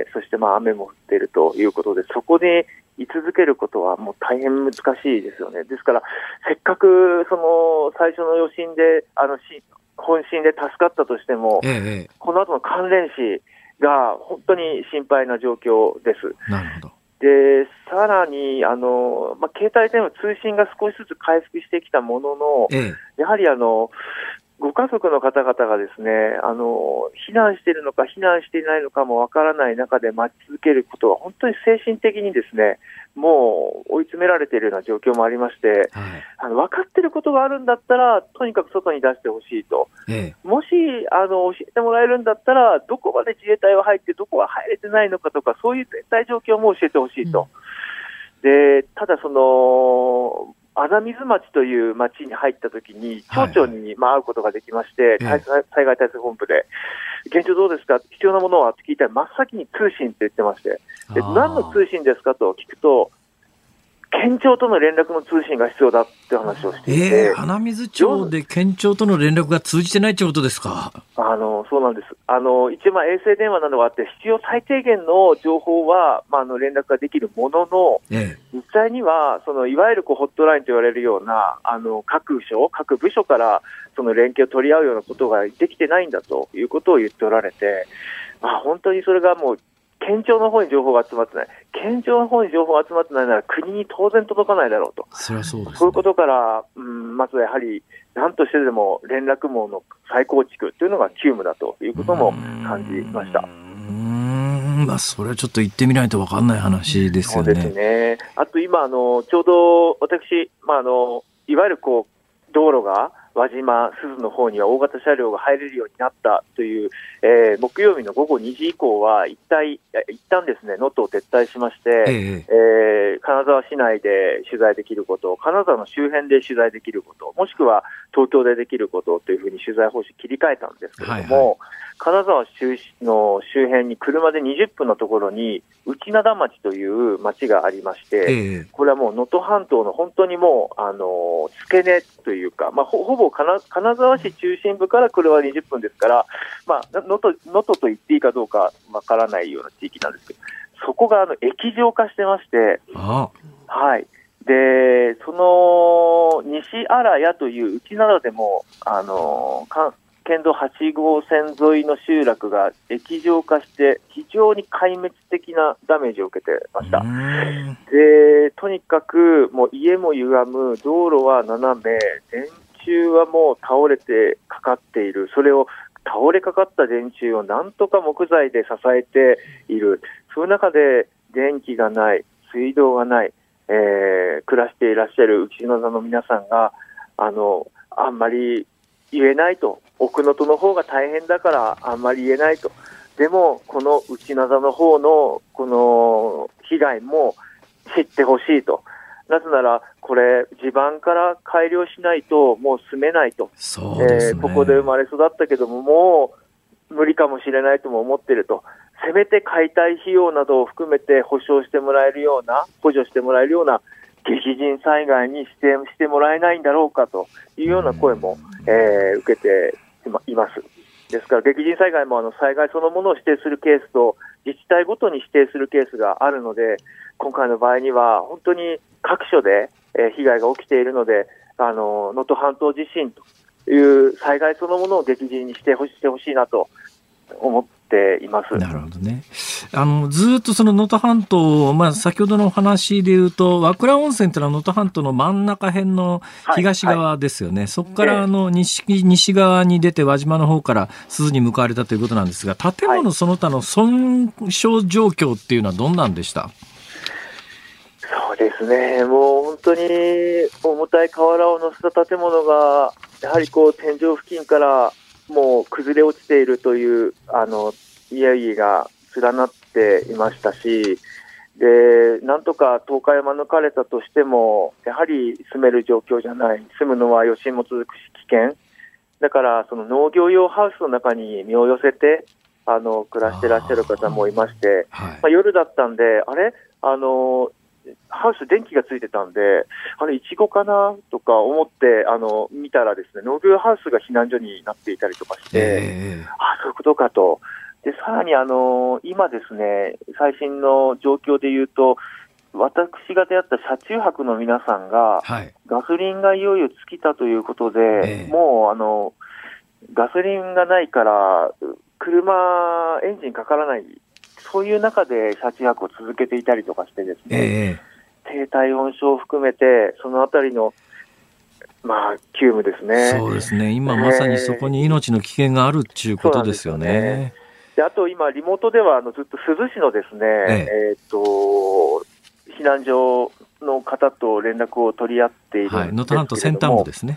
E: そして雨も降っているということで、そこで居続けることはもう大変難しいですよね。ですから、せっかくその最初の余震で、本震で助かったとしても、この後の関連死が本当に心配な状況です。
B: なるほど。
E: でさらに携帯電話通信が少しずつ回復してきたものの、やはりご家族の方々がですね、避難しているのか避難していないのかもわからない中で待ち続けることは本当に精神的にですね、もう追い詰められているような状況もありまして、分かっていることがあるんだったらとにかく外に出してほしいと、もし教えてもらえるんだったらどこまで自衛隊は入ってどこは入れてないのかとか、そういう全体状況も教えてほしいと、でただ穴水町という町に入ったときに町長に会うことができまして、災害対策本部で現状どうですか、必要なものはって聞いたら真っ先に通信って言ってまして、で何の通信ですかと聞くと、県庁との連絡の通信が必要だって話をしていて、
B: 穴水町で県庁との連絡が通じてないってことですか。
E: そうなんです。一応衛星電話などがあって必要最低限の情報は、連絡ができるものの、実際にはいわゆるホットラインと言われるような各部署からその連携を取り合うようなことができてないんだということを言っておられて、本当にそれがもう県庁の方に情報が集まってない、県庁の方に情報が集まってないなら国に当然届かないだろうと、
B: そりゃそうですね。
E: そういうことから、まずやはり何としてでも連絡網の再構築というのが急務だということも感じました。
B: それはちょっと言ってみないと分かんない話ですよね。
E: そうですね。あと今ちょうど私、いわゆる道路が輪島、珠洲の方には大型車両が入れるようになったという、木曜日の午後2時以降は一旦ですね、能登を撤退しまして、金沢市内で取材できること、金沢の周辺で取材できること、もしくは東京でできることというふうに取材方針切り替えたんですけれども、金沢の周辺に車で20分のところに内灘町という町がありまして、これはもう能登半島の本当にもう付け根というか、ほぼ金沢市中心部から車で20分ですから、能登と言っていいかどうかわからないような地域なんですけど、そこが液状化してまして、でその西新谷という内灘でも県道8号線沿いの集落が液状化して非常に壊滅的なダメージを受けてました。でとにかくもう家も歪む、道路は斜め、電柱はもう倒れてかかっている、それを倒れかかった電柱をなんとか木材で支えている、そういう中で電気がない、水道がない、暮らしていらっしゃる内灘の皆さんがあんまり言えないと、奥能登の方が大変だからあんまり言えないと、でもこの内灘の方のこの被害も知ってほしいと、なぜならこれ地盤から改良しないともう住めないと、
B: そうですね、
E: ここで生まれ育ったけどももう無理かもしれないとも思っていると、せめて解体費用などを含めて補助してもらえるような激甚災害にしてもらえないんだろうかというような声も、受けています。ですから激甚災害も災害そのものを指定するケースと自治体ごとに指定するケースがあるので、今回の場合には本当に各所で被害が起きているので、能登半島地震という災害そのものを激甚にしてほしいなと思っています。
B: なるほどね。ずっとその能登半島、先ほどのお話でいうと和倉温泉というのは能登半島の真ん中辺の東側ですよね、そこから西側に出て輪島の方から珠洲に向かわれたということなんですが、建物その他の損傷状況っていうのはどんなんでした？
E: そうですね。もう本当に重たい瓦を乗せた建物がやはり天井付近からもう崩れ落ちているという家々が連なっていましたし、でなんとか倒壊を免れたとしてもやはり住める状況じゃない、住むのは余震も続くし危険だから、その農業用ハウスの中に身を寄せて暮らしていらっしゃる方もいまして、夜だったんでハウス電気がついてたんで、イチゴかなとか思って見たらですね、農業ハウスが避難所になっていたりとかして、そういうことかと。でさらに今ですね、最新の状況で言うと、私が出会った車中泊の皆さんが、ガソリンがいよいよ尽きたということで、もうガソリンがないから車エンジンかからない、そういう中で車中泊を続けていたりとかしてですね、低体温症を含めてそのあたりの急務ですね。
B: そうですね、今まさにそこに命の危険があるっていうことですよね。
E: であと今リモートではずっと珠洲市のですね、避難所の方と連絡を取り合っているんですけれども、能登
B: 半島先端部ですね。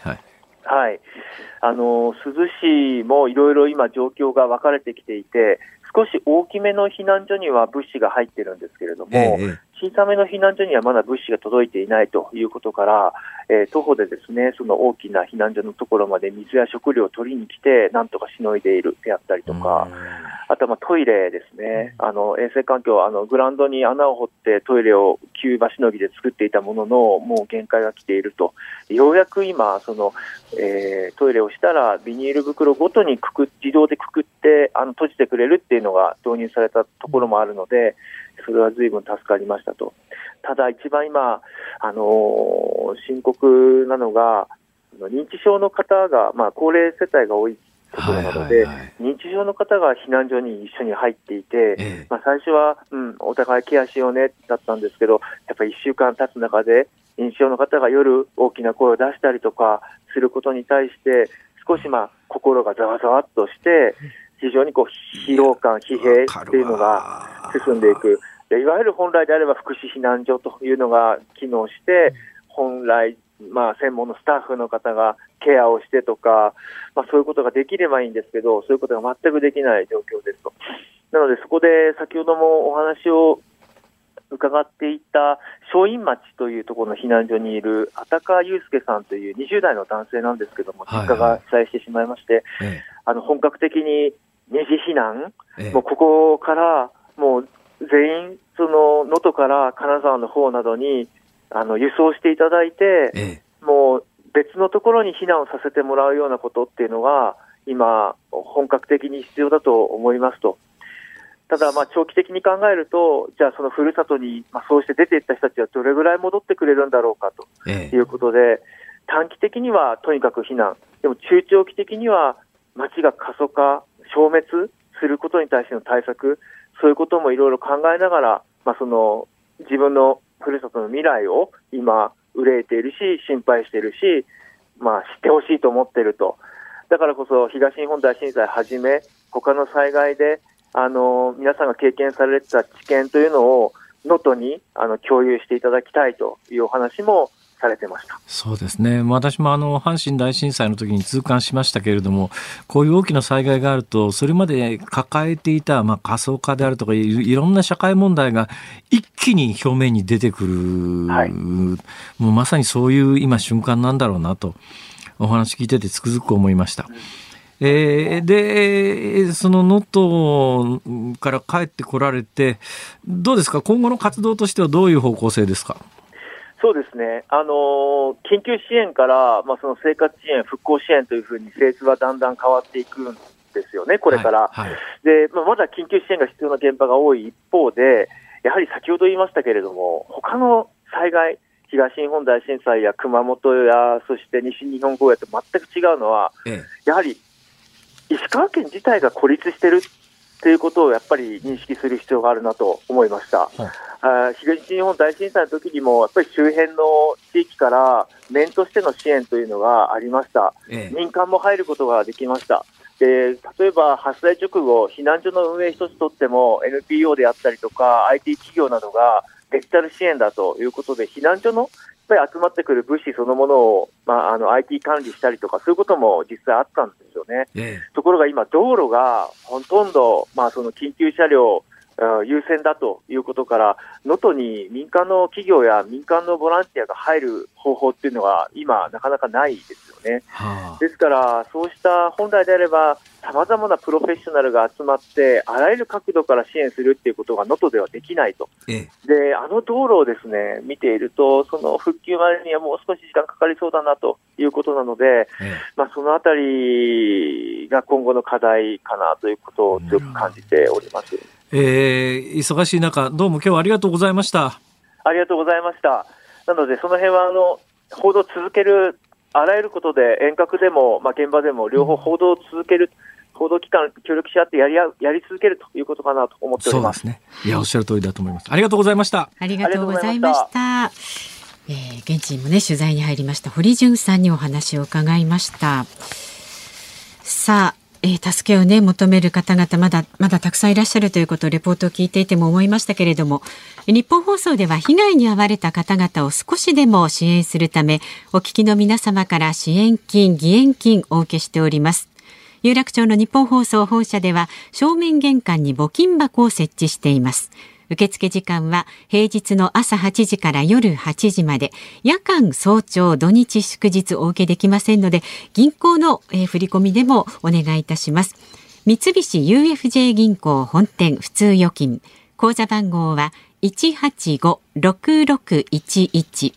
E: 珠洲市もいろいろ今状況が分かれてきていて、少し大きめの避難所には物資が入っているんですけれども、小さめの避難所にはまだ物資が届いていないということから、徒歩でですね、その大きな避難所のところまで水や食料を取りに来てなんとかしのいでいるであったりとか、あとはトイレですね、衛生環境、グラウンドに穴を掘ってトイレを急場しのぎで作っていたものの、もう限界が来ていると。ようやく今トイレをしたらビニール袋ごとに自動でくくって閉じてくれるっていうのが導入されたところもあるので、それは随分助かりましたと。ただ一番今、深刻なのが認知症の方が、高齢世帯が多いところなので、認知症の方が避難所に一緒に入っていて、最初は、お互いケアしようねだったんですけど、やっぱり1週間経つ中で認知症の方が夜大きな声を出したりとかすることに対して少し心がざわざわっとして非常に疲労感、疲弊っていうのが進んでいく。でいわゆる本来であれば福祉避難所というのが機能して本来専門のスタッフの方がケアをしてとか、そういうことができればいいんですけど、そういうことが全くできない状況ですと。なのでそこで先ほどもお話を伺っていた正院町というところの避難所にいるata川祐介さんという20代の男性なんですけども、実家が被災してしまいまして、本格的に二次避難、もうここからもう全員能登から金沢の方などに輸送していただいて、もう別のところに避難をさせてもらうようなことっていうのが今本格的に必要だと思いますと。ただ長期的に考えると、じゃあそのふるさとにそうして出ていった人たちはどれぐらい戻ってくれるんだろうかということで、短期的にはとにかく避難、でも中長期的には町が過疎化、消滅することに対しての対策、そういうこともいろいろ考えながら、自分のふるさとの未来を今憂えているし心配しているし、知ってほしいと思っていると。だからこそ東日本大震災はじめ他の災害で皆さんが経験された知見というのを能登に共有していただきたいというお話もされてました。
B: そうですね、私も阪神大震災の時に痛感しましたけれども、こういう大きな災害があるとそれまで抱えていた過疎化であるとかいろんな社会問題が一気に表面に出てくる、もうまさにそういう今瞬間なんだろうなとお話聞いててつくづく思いました。でその能登から帰ってこられてどうですか、今後の活動としてはどういう方向性ですか。
E: そうですね、緊急支援から、その生活支援、復興支援というふうに性質はだんだん変わっていくんですよね、これから。でまだ緊急支援が必要な現場が多い一方で、やはり先ほど言いましたけれども、他の災害、東日本大震災や熊本やそして西日本豪雨と全く違うのは、やはり石川県自体が孤立しているということをやっぱり認識する必要があるなと思いました。東日本大震災の時にもやっぱり周辺の地域から面としての支援というのがありました。民間も入ることができました。で例えば発災直後、避難所の運営一つとっても NPO であったりとか IT 企業などがデジタル支援だということで、避難所のやっぱり集まってくる物資そのものを、IT 管理したりとか、そういうことも実際あったんですよね。ところが今、道路がほとんど、その緊急車両優先だということから、能登に民間の企業や民間のボランティアが入る方法っていうのは今なかなかないですよね。ですからそうした本来であれば様々なプロフェッショナルが集まってあらゆる角度から支援するっていうことが能登ではできないと。で、道路をですね見ていると、その復旧までにはもう少し時間かかりそうだなということなので、そのあたりが今後の課題かなということを強く感じております。
B: 忙しい中、どうも今日はありがとうございました。
E: ありがとうございました。なのでその辺は報道を続ける、あらゆることで遠隔でも、現場でも両方報道を続ける、報道機関協力し合ってやり続けるということかなと思っております。
B: そうですね。いや、おっしゃる通りだと思います。ありがとうございました。
C: ありがとうございました。現地にもね取材に入りました堀潤さんにお話を伺いました。さあ、助けをね求める方々まだたくさんいらっしゃるということをレポートを聞いていても思いましたけれども、日本放送では被害に遭われた方々を少しでも支援するため、お聞きの皆様から支援金義援金をお受けしております。有楽町の日本放送本社では正面玄関に募金箱を設置しています。受付時間は平日の朝8時から夜8時まで、夜間、早朝、土日祝日お受けできませんので、銀行の振り込みでもお願いいたします。三菱 UFJ 銀行本店普通預金、口座番号は 185-6611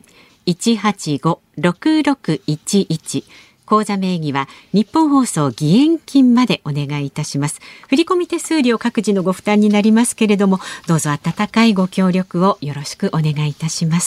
C: 185-6611、口座名義は日本放送義援金までお願いいたします。振込手数料各自のご負担になりますけれども、どうぞ温かいご協力をよろしくお願いいたします。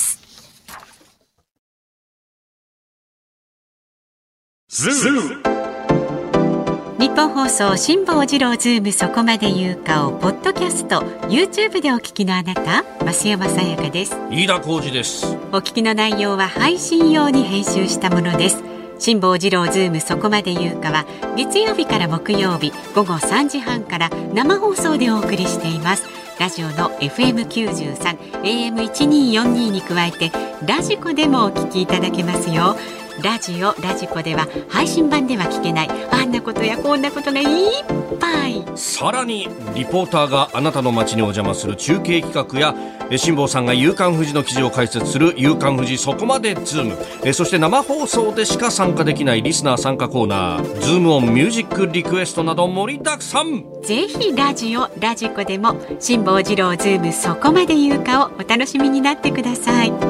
C: 日本放送辛坊治郎ズームそこまで言うかをポッドキャスト YouTube でお聞きのあなた、増山さやかです。
B: 飯田浩司です。
C: お聞きの内容は配信用に編集したものです。辛坊治郎ズームそこまで言うかは月曜日から木曜日午後3時半から生放送でお送りしています。ラジオの FM93 AM1242 に加えてラジコでもお聞きいただけますよ。ラジコでは配信版では聞けないあんなことやこんなことがいっぱい。
B: さらにリポーターがあなたの街にお邪魔する中継企画や、辛坊さんが夕刊フジの記事を解説する夕刊フジそこまでズーム、そして生放送でしか参加できないリスナー参加コーナーズームオンミュージックリクエストなど盛りだくさん。
C: ぜひラジコでも辛坊治郎ズームそこまで言うかをお楽しみになってください。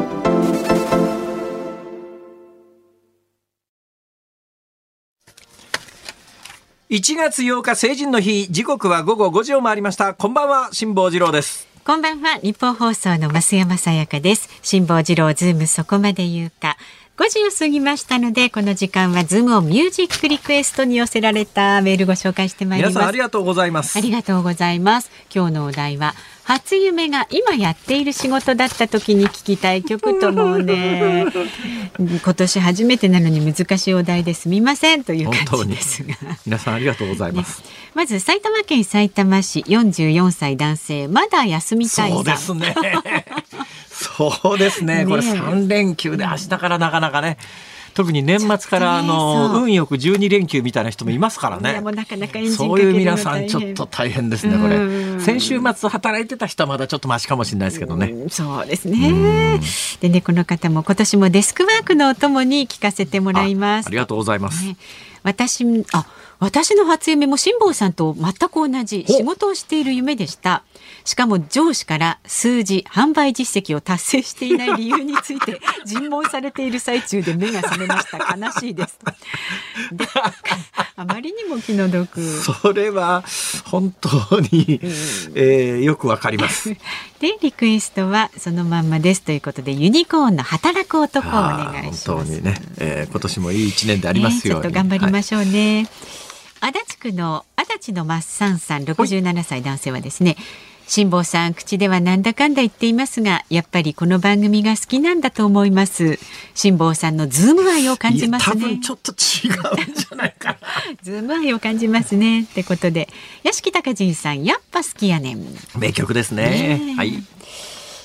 B: 1月8日成人の日、時刻は午後5時を回りました。こんばんは、辛坊治郎です。
C: こんばんは、日本放送の増山さやかです。辛坊治郎ズームそこまで言うか、5時を過ぎましたので、この時間はズームをミュージックリクエストに寄せられたメールご紹介してまいります。
B: 皆さんありがとうございます。
C: ありがとうございます。今日のお題は初夢が今やっている仕事だった時に聞きたい曲ともね今年初めてなのに難しいお題ですみませんという感じですが、
B: 皆さんありがとうございます、
C: まず埼玉県さいたま市44歳男性、まだ休みたいさん。
B: そうですねそうですね、これ3連休で明日からなかなかね、特に年末から運よく12連休みたいな人もいますからね。
C: もうなかなかエンジンかけるの
B: そういう皆さんちょっと大変ですねこれ。先週末働いてた人はまだちょっとマシかもしれないですけどね。
C: そうですね。でね、この方も今年もデスクワークのお供に聞かせてもらいます。
B: ありがとうございます、
C: 私の初夢も辛坊さんと全く同じ仕事をしている夢でした。しかも上司から数字販売実績を達成していない理由について尋問されている最中で目が覚めました。悲しいですであまりにも気の毒。
B: それは本当に、よくわかります
C: でリクエストはそのまんまですということで、ユニコーンの働く男をお願いします。
B: 本当にね、今年もいい一年でありますように、
C: ちょっと頑張りましょうね、足立区の足立のマッサンさん67歳男性はですね、辛坊さん口ではなんだかんだ言っていますが、やっぱりこの番組が好きなんだと思います。辛坊さんのズーム愛を感じますね。
B: 多分ちょっと違うんじゃないかな
C: ズーム愛を感じますねってことで、屋敷隆人さんやっぱ好きやねん、
B: 名曲ですね。はい。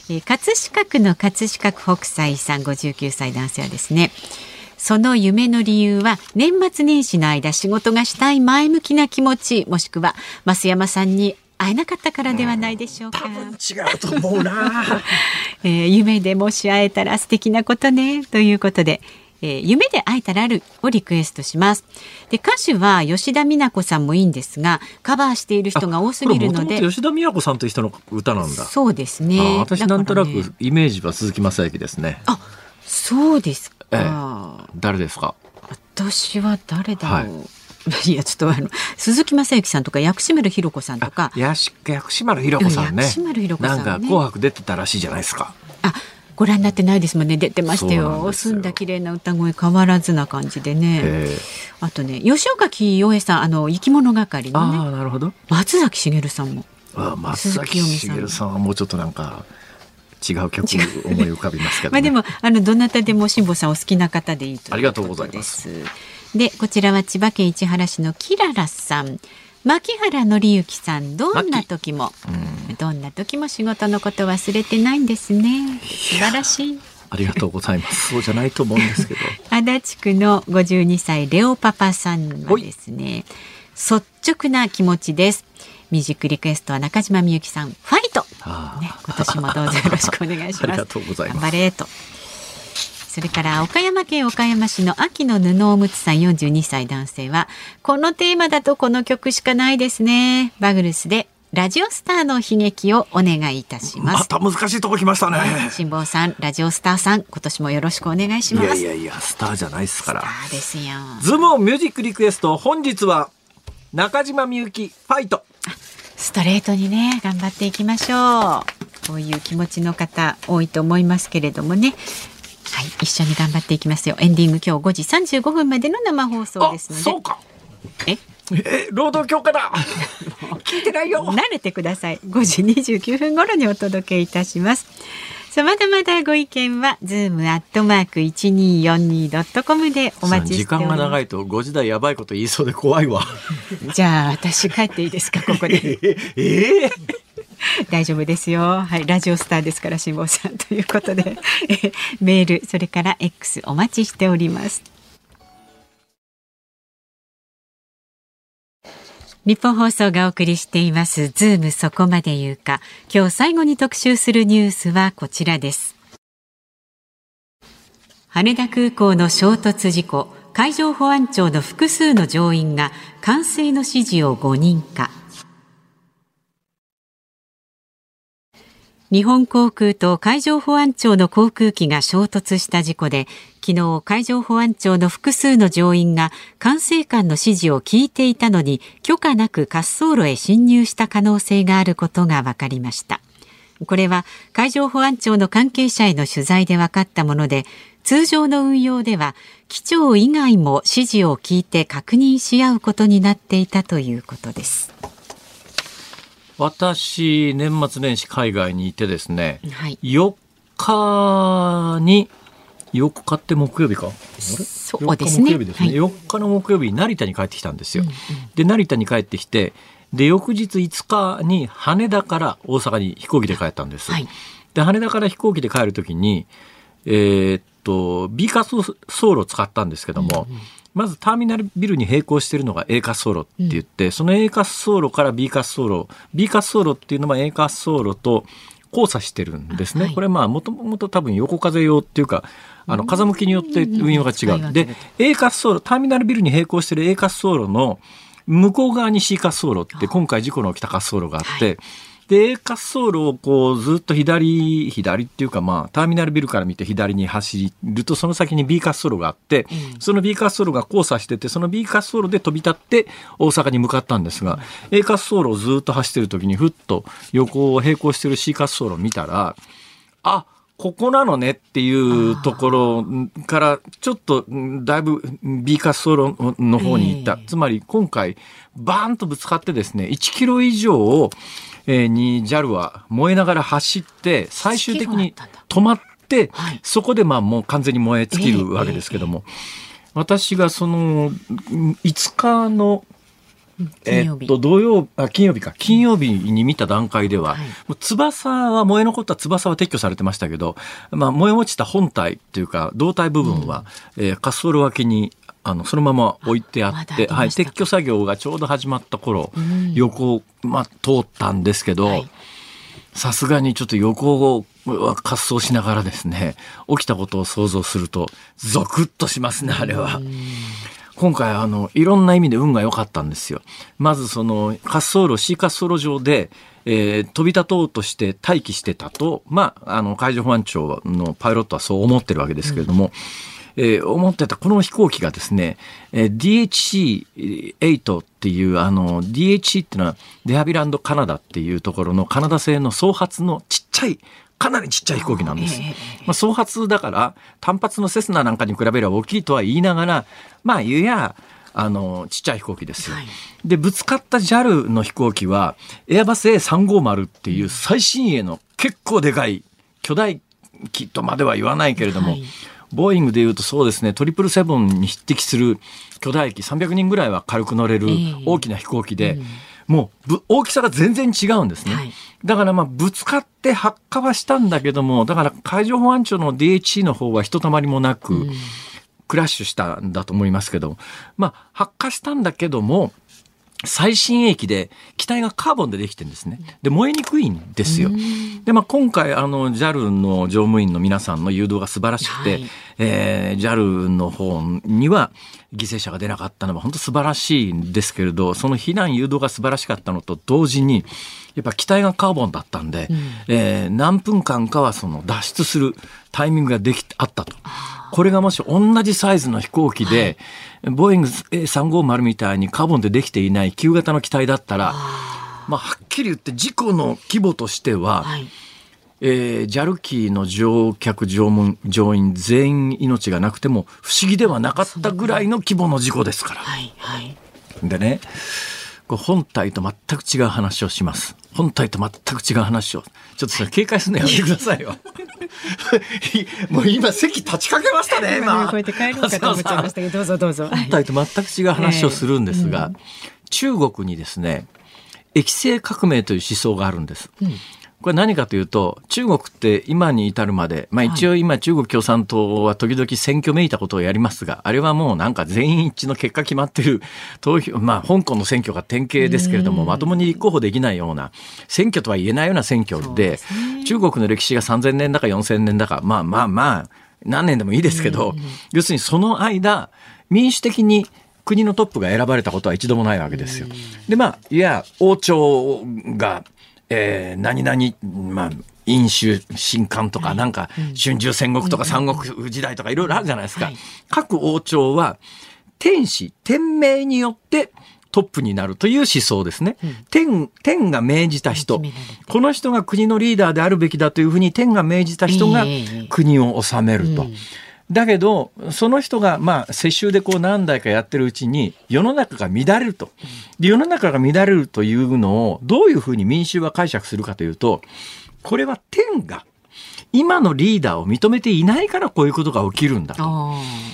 C: 葛飾区の葛飾区北斎さん59歳男性はですね、その夢の理由は年末年始の間仕事がしたい前向きな気持ち、もしくは増山さんに会えなかったからではないでしょうか。
B: 多分違うと思うな、
C: 夢でもし会えたら素敵なことねということで、夢で会えたらあるをリクエストします。で、歌手は吉田美奈子さんもいいんですが、カバーしている人が多すぎるので。
B: もともと吉田美奈子さんという人の歌なんだ。
C: そうですね。
B: 私なんとなくイメージは鈴木雅之ですね。
C: あ、そうですか。
B: 誰ですか？
C: 私は誰だろう、いやちょっと鈴木雅之さんとか薬師丸ひろ子さんとか。
B: 薬師丸ひろ子さんね。
C: 薬師丸ひろ子さんね。
B: なんか紅白出てたらしいじゃないですか。
C: ご覧になってないですもんね。出てましたよ。澄んだ綺麗な歌声変わらずな感じでね。あとね、吉岡清江さん、生き物係のね。
B: なるほど。
C: 松崎しげるさんも。
B: 松崎しげるさんはもうちょっとなんか違う曲思い浮かびますけど、ね。
C: でもどなたでも辛坊さんお好きな方でいいということです。
B: ありがとうございます。
C: で、こちらは千葉県市原市のキララさん。牧原紀之さん、どんな時も仕事のこと忘れてないんですね。素晴らしい。
B: ありがとうございます。そうじゃないと思うんですけど。
C: 足立区の52歳レオパパさんはですね、率直な気持ちです。ミュージックリクエストは中島みゆきさん、ファイト、ね、今年もどうぞよろしくお願いします。
B: ありがとうございます。
C: 頑張れと。それから岡山県岡山市の秋の布おむつさん42歳男性は、このテーマだとこの曲しかないですね。バグルスでラジオスターの悲劇をお願いいたします。
B: また難しいとこ来ましたね。
C: 辛坊さん、ラジオスターさん、今年もよろしくお願いします。
B: いやスターじゃないですから。
C: スターですよ。
B: ズモンミュージックリクエスト、本日は中島みゆきファイト。
C: ストレートにね、頑張っていきましょう。こういう気持ちの方多いと思いますけれどもね。はい、一緒に頑張っていきますよ。エンディング今日5時35分までの生放送ですので。
B: そうか。労働強化だ。聞いてないよ。
C: 慣れてください。5時29分頃にお届けいたします。さあ、まだまだご意見は zoom@1242.com でお待ちしております。
B: 時間が長いと5時台やばいこと言いそうで怖いわ。
C: じゃあ私帰っていいですか、ここで。大丈夫ですよ。はい、ラジオスターですから辛坊さんということでメール、それから X お待ちしております。日本放送がお送りしていますズームそこまで言うか。今日最後に特集するニュースはこちらです。羽田空港の衝突事故、海上保安庁の複数の乗員が管制の指示を誤認可。日本航空と海上保安庁の航空機が衝突した事故で、昨日海上保安庁の複数の乗員が管制官の指示を聞いていたのに許可なく滑走路へ進入した可能性があることが分かりました。これは海上保安庁の関係者への取材で分かったもので、通常の運用では機長以外も指示を聞いて確認し合うことになっていたということです。
B: 私、年末年始海外にいてですね、
C: はい、
B: 4日って木曜日か、
C: そうですね、
B: 4日木曜日ですね、4日の木曜日に成田に帰ってきたんですよ。で、成田に帰ってきて、で翌日5日に羽田から大阪に飛行機で帰ったんです。で、羽田から飛行機で帰るときにB 滑走路を使ったんですけども、まずターミナルビルに並行しているのが A 滑走路って言って、その A 滑走路から B 滑走路、B 滑走路っていうのは A 滑走路と交差してるんですね。これもともと多分横風用っていうか、風向きによって運用が違う。で、A 滑走路、ターミナルビルに並行している A 滑走路の向こう側に C 滑走路って今回事故の起きた滑走路があって、で、A 滑走路をこうずっと左っていうか、ターミナルビルから見て左に走ると、その先に B 滑走路があって、その B 滑走路が交差してて、その B 滑走路で飛び立って大阪に向かったんですが、A 滑走路をずっと走ってる時にふっと横を並行してる C 滑走路を見たら、あ、ここなのねっていうところからちょっとだいぶ B 滑走路の方に行った。つまり今回バーンとぶつかってですね、1キロ以上をに JAL は燃えながら走って最終的に止まって、そこでもう完全に燃え尽きるわけですけども、私がその5日の
C: 金曜日
B: 金曜日に見た段階では、もう翼は燃え残った翼は撤去されてましたけど、燃え落ちた本体っていうか胴体部分は、滑走路脇にそのまま置いてあって、撤去作業がちょうど始まった頃、横を、通ったんですけど、さすがにちょっと横を滑走しながらですね、起きたことを想像するとゾクッとしますね、あれは。今回いろんな意味で運が良かったんですよ。まずそのシー滑走路上で、飛び立とうとして待機してたと、海上保安庁のパイロットはそう思ってるわけですけれども、思ってたこの飛行機がですね、DHC-8 っていうDHC っていうのはデハビランドカナダっていうところのカナダ製の総発のかなりちっちゃい飛行機なんです。総発だから単発のセスナなんかに比べれば大きいとは言いながら、ちっちゃい飛行機ですよ。で、ぶつかった JAL の飛行機はエアバス A350 っていう最新鋭の結構でかい巨大機とまでは言わないけれども、ボーイングでいうとそうですね、777に匹敵する巨大機、300人ぐらいは軽く乗れる大きな飛行機で、もう大きさが全然違うんですね。だからぶつかって発火はしたんだけども、だから海上保安庁の DHC の方はひとたまりもなくクラッシュしたんだと思いますけど、発火したんだけども、最新鋭機で機体がカーボンでできてるんですね。で、燃えにくいんですよ。で、今回JAL の乗務員の皆さんの誘導が素晴らしくて、JAL の方には犠牲者が出なかったのは本当素晴らしいんですけれど、その避難誘導が素晴らしかったのと同時に、やっぱ機体がカーボンだったんで、何分間かはその脱出するタイミングがあったと。これがもし同じサイズの飛行機で、ボーイング A350 みたいにカーボンでできていない旧型の機体だったら、はっきり言って事故の規模としては、JAL 機の乗客乗員全員命がなくても不思議ではなかったぐらいの規模の事故ですから。でね、本体と全く違う話をします。本体と全く違う話を。ちょっとそれ警戒するのやめてくださいよ。もう今席立ちかけましたね、今。
C: こうやって帰ろうかと思っちゃいましたけど、どうぞ。
B: 本体と全く違う話をするんですが、中国にですね、液性革命という思想があるんです。これ何かというと、中国って今に至るまで、一応今中国共産党は時々選挙めいたことをやりますが、あれはもうなんか全員一致の結果決まってる投票、香港の選挙が典型ですけれども、まともに立候補できないような、選挙とは言えないような選挙で、中国の歴史が3000年だか4000年だか、何年でもいいですけど、要するにその間、民主的に国のトップが選ばれたことは一度もないわけですよ。で、王朝が、何々、飲酒神官とかなんか春秋戦国とか三国時代とかいろいろあるじゃないですか。各王朝は天命によってトップになるという思想ですね。天が命じた人、この人が国のリーダーであるべきだというふうに天が命じた人が国を治めると。だけどその人が世襲で何代かやってるうちに世の中が乱れると。で、世の中が乱れるというのをどういうふうに民衆は解釈するかというと、これは天が今のリーダーを認めていないからこういうことが起きるんだと。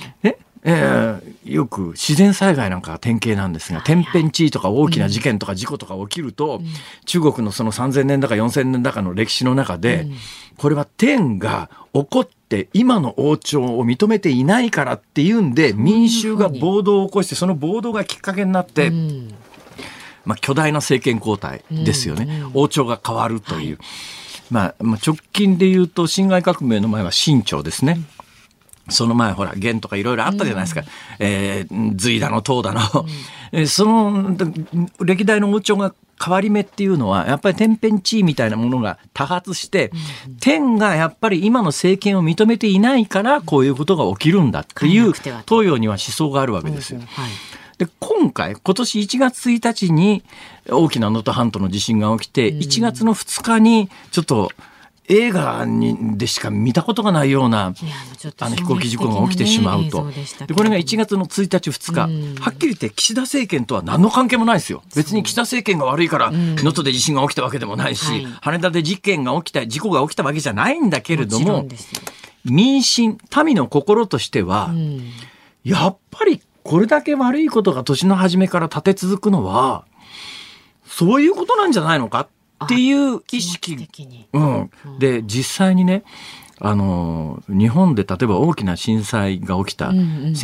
B: よく自然災害なんかが典型なんですが、天変地異とか大きな事件とか事故とか起きると、中国のその3000年だか4000年だかの歴史の中で、これは天が怒って今の王朝を認めていないからっていうんで、民衆が暴動を起こして、その暴動がきっかけになって、巨大な政権交代ですよね。王朝が変わるという。直近で言うと辛亥革命の前は清朝ですね。その前元とかいろいろあったじゃないですか。隋だの唐だの、その歴代の王朝が変わり目っていうのはやっぱり天変地異みたいなものが多発して、天がやっぱり今の政権を認めていないからこういうことが起きるんだっていう東洋には思想があるわけですよ。で、今年1月1日に大きな能登半島の地震が起きて、1月の2日にちょっと映画でしか見たことがないような飛行機事故が起きてしまうと。で、これが1月の1日2日、はっきり言って岸田政権とは何の関係もないですよ。別に岸田政権が悪いから能登で地震が起きたわけでもないし、羽田で事故が起きたわけじゃないんだけれども、民の心としてはやっぱりこれだけ悪いことが年の初めから立て続くのはそういうことなんじゃないのかっていう意識、で実際にね、日本で例えば大きな震災が起きた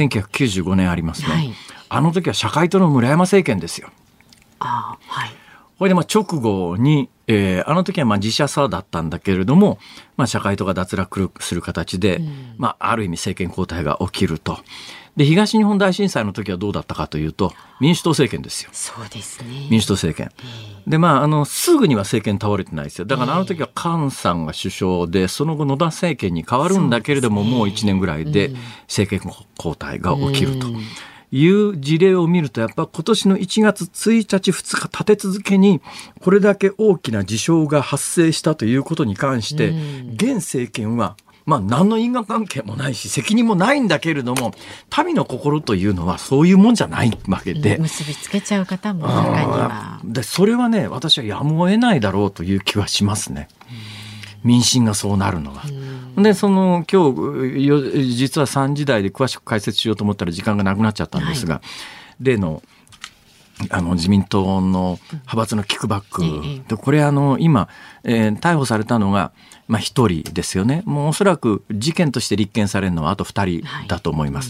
B: 1995年ありますね、あの時は社会党の村山政権ですよ。これで直後に、あの時は自社さだったんだけれども、社会党が脱落する形で、ある意味政権交代が起きると。で東日本大震災の時はどうだったかというと民主党政権ですよ。
C: そうですね、
B: 民主党政権で、すぐには政権倒れてないですよ。だからあの時は菅さんが首相で、その後野田政権に変わるんだけれども、もう1年ぐらいで政権交代が起きるという事例を見ると、やっぱ今年の1月1日2日立て続けにこれだけ大きな事象が発生したということに関して、現政権は何の因果関係もないし責任もないんだけれども、民の心というのはそういうもんじゃないわけで、
C: 結びつけちゃう方も中には
B: で、それはね、私はやむを得ないだろうという気はしますね。民心がそうなるのは。で今日実は3時台で詳しく解説しようと思ったら時間がなくなっちゃったんですが、例の自民党の派閥のキックバックで、これ今、逮捕されたのが1人ですよね。もうおそらく事件として立件されるのはあと2人だと思います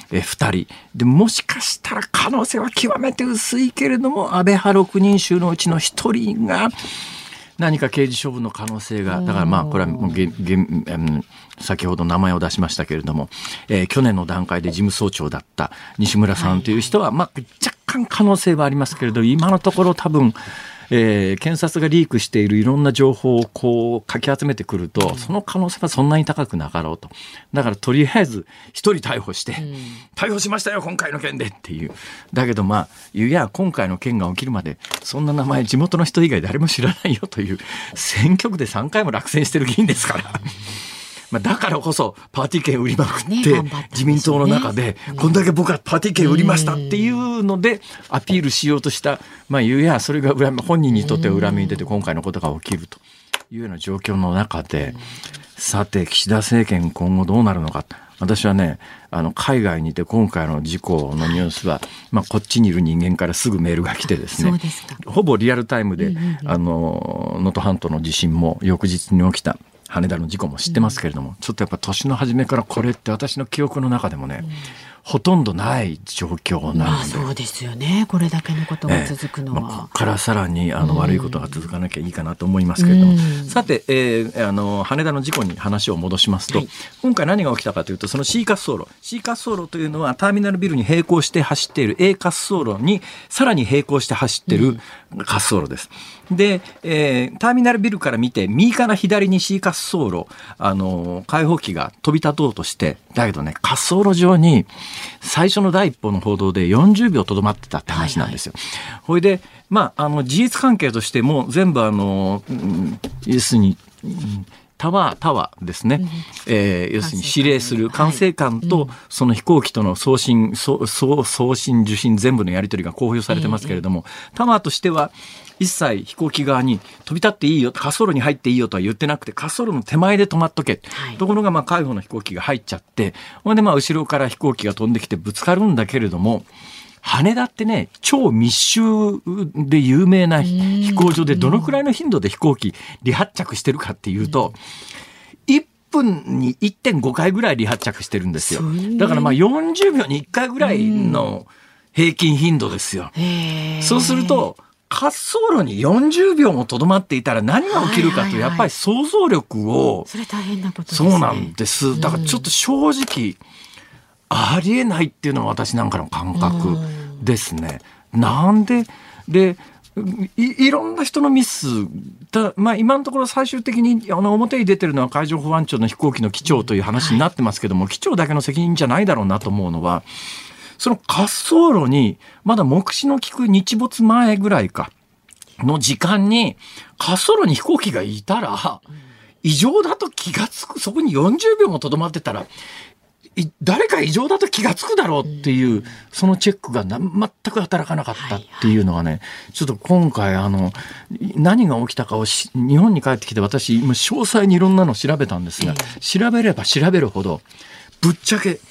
B: 。2人で、もしかしたら可能性は極めて薄いけれども、安倍派6人衆のうちの1人が何か刑事処分の可能性が、だからこれはもう先ほど名前を出しましたけれども、去年の段階で事務総長だった西村さんという人は、若干可能性はありますけれど、今のところ多分、検察がリークしているいろんな情報をかき集めてくると、その可能性はそんなに高くなかろうと。だからとりあえず一人逮捕して、逮捕しましたよ今回の件でっていう。だけど今回の件が起きるまでそんな名前地元の人以外誰も知らないよという、選挙区で3回も落選してる議員ですからだからこそパーティー券売りまくって、自民党の中でこんだけ僕はパーティー券売りましたっていうのでアピールしようとした、それが本人にとっては恨みに出て今回のことが起きるというような状況の中で、さて岸田政権今後どうなるのか。私はね、海外にいて今回の事故のニュースは、こっちにいる人間からすぐメールが来てですね、ほぼリアルタイムで能登半島の地震も翌日に起きた羽田の事故も知ってますけれども、ちょっとやっぱ年の初めからこれって私の記憶の中でもね、ほとんどない状況なので、
C: そうですよね。これだけのことが続くのは、
B: ここからさらに悪いことが続かなきゃいいかなと思いますけれども、さて、羽田の事故に話を戻しますと、今回何が起きたかというと、その C 滑走路というのはターミナルビルに並行して走っている A 滑走路にさらに並行して走っている滑走路です。で、ターミナルビルから見て右から左に C 滑走路、開放機が飛び立とうとして、だけどね、滑走路上に最初の第一報の報道で40秒とどまってたって話なんですよ。ほいで、事実関係としても全部要するに、タワーですね、要するに指令する管制官とその飛行機との送信受信全部のやり取りが公表されてますけれども、タワーとしては一切飛行機側に飛び立っていいよ、滑走路に入っていいよとは言ってなくて、滑走路の手前で止まっとけ、ところが海保の飛行機が入っちゃって、ほんで後ろから飛行機が飛んできてぶつかるんだけれども、羽田ってね、超密集で有名な飛行場で、どのくらいの頻度で飛行機離発着してるかっていうと、1分に 1.5 回ぐらい離発着してるんですよ。だから40秒に1回ぐらいの平均頻度ですよ。そうすると滑走路に40秒もとどまっていたら何が起きるかという、やっぱり想像力を、
C: それ大変なことですね。
B: そうなんです。だからちょっと正直ありえないっていうのは私なんかの感覚ですね。なんでいろんな人のミスだ、今のところ最終的に表に出てるのは海上保安庁の飛行機の機長という話になってますけども、機長だけの責任じゃないだろうなと思うのは、その滑走路にまだ目視の利く日没前ぐらいかの時間に滑走路に飛行機がいたら異常だと気がつく。そこに40秒もとどまってたら誰か異常だと気がつくだろうっていう、そのチェックが全く働かなかったっていうのがね、ちょっと今回何が起きたかを日本に帰ってきて、私今詳細にいろんなのを調べたんですが、調べれば調べるほどぶっちゃけ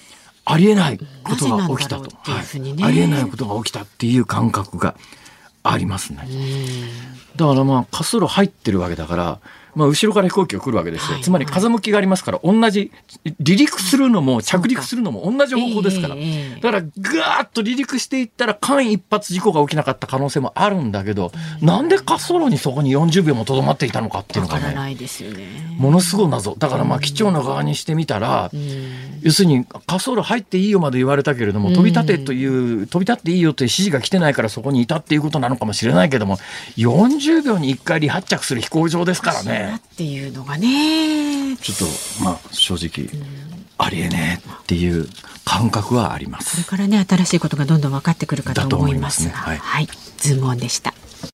B: ありえないことが起きたと、ありえないことが起きたっていう感覚がありますね。だから滑走路入ってるわけだから、後ろから飛行機が来るわけですよ。つまり風向きがありますから、同じ離陸するのも着陸するのも同じ方向ですから、だからガーッと離陸していったら間一髪事故が起きなかった可能性もあるんだけど、なんで滑走路にそこに40秒もとどまっていたのかっていうのがね、ものすごい謎だから、機長の側にしてみたら、要するに滑走路入っていいよまで言われたけれども、飛び立っていいよという指示が来てないからそこにいたっていうことなのかもしれないけども、40秒に1回離発着する飛行場ですからね
C: っていうのがね、
B: ちょっと正直ありえねえっていう感覚はあります。
C: これからね、新しいことがどんどん分かってくるかと思いますが、はい、ズームオンでした。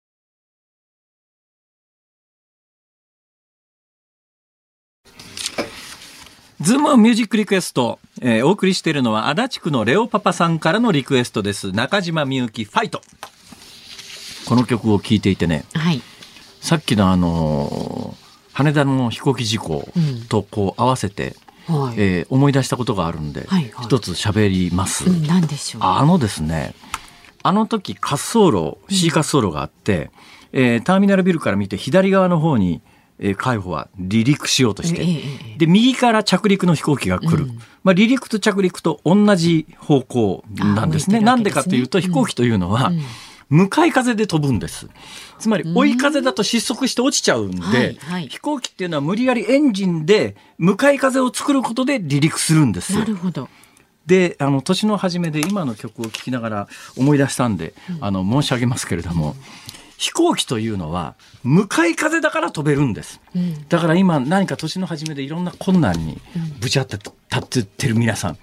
B: ズームオンミュージックリクエスト、お送りしているのは足立区のレオパパさんからのリクエストです。中島みゆきファイト。この曲を聴いていてね、さっきの羽田の飛行機事故とこう合わせて、思い出したことがあるんで、一つ喋ります。
C: 何でしょう。
B: ですね、あの時滑走路 C 滑走路があって、ターミナルビルから見て左側の方に海保は離陸しようとして、で右から着陸の飛行機が来る、離陸と着陸と同じ方向なんですね。なんでかというと、飛行機というのは、向かい風で飛ぶんです。つまり追い風だと失速して落ちちゃうんで、飛行機っていうのは無理やりエンジンで向かい風を作ることで離陸するんですよ。
C: なるほど。
B: で、年の初めで今の曲を聴きながら思い出したんで、申し上げますけれども、飛行機というのは向かい風だから飛べるんです。だから今何か年の初めでいろんな困難にぶち当たって立ってる皆さん、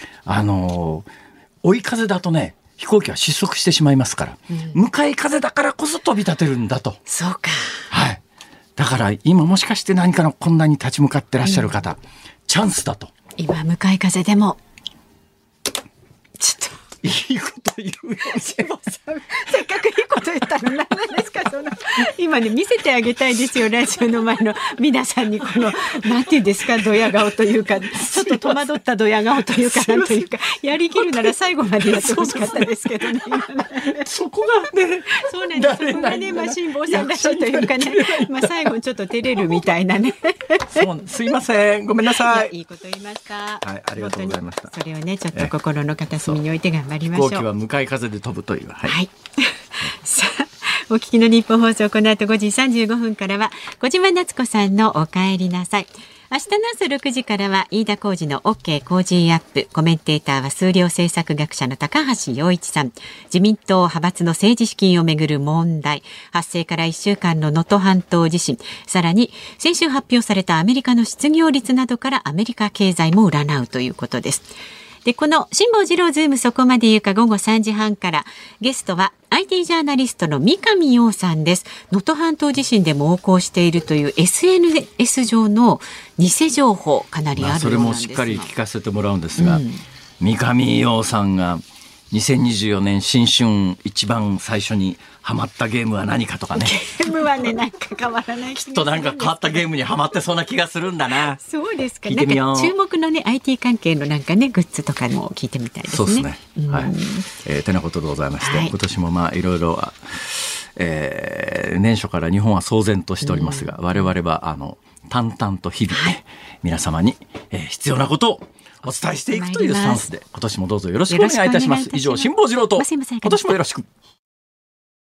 B: 追い風だとね、飛行機は失速してしまいますから、向かい風だからこそ飛び立てるんだと。
C: そうか。
B: はい。だから今もしかして何かの困難に立ち向かってらっしゃる方、チャンスだと。
C: 今向かい風でもちょっと
B: いいこと言うよ。
C: せっかくいいこと言ったの何ですか、今ね、見せてあげたいですよ、ラジオの前の皆さんに、このなんていうんですか、ドヤ顔というか、ちょっと戸惑ったドヤ顔というか、なんというか、やりきるなら最後までやってほしかったですけどね。
B: そこがね、
C: そうなんです。そこがね、辛坊さんらしいというかね、最後ちょっと照れるみたいなね。
B: すいません、ごめんなさい。
C: いいこと言いました。
B: はい、ありがとうございました。
C: それをね、ちょっと心の片隅に置いて頑張りましょう。
B: 飛行機は向かい風で飛ぶという。
C: はい。さあ、お聞きの日本放送、この後5時35分からは小島夏子さんのお帰りなさい。明日の朝6時からは飯田浩司の OK 工事アップ。コメンテーターは数量政策学者の高橋洋一さん。自民党派閥の政治資金をめぐる問題、発生から1週間の能登半島地震、さらに先週発表されたアメリカの失業率などからアメリカ経済も占うということです。で、この辛坊治郎ズームそこまで言うか午後3時半から、ゲストは IT ジャーナリストの三上洋さんです。能登半島地震でも横行しているという SNS 上の偽情報、かなりあるようなんですが、
B: それもしっかり聞かせてもらうんですが、三上洋さんが2024年新春一番最初にハマったゲームは何かとかね。
C: ゲームはね、なんか変わらない気がするんですけど、
B: きっとなんか変わったゲームにハマってそうな気がするんだな。
C: そうですか。なんか注目のね IT 関係のなんかねグッズとかも聞いてみたいですね。
B: そうですね。はい。てなことでございまして、今年もいろいろ年初から日本は騒然としておりますが、我々は淡々と日々、皆様に、必要なことをお伝えしていくというスタンスで、今年もどうぞよろしくお願いいたします。以上、辛坊治郎と今年もよろしく。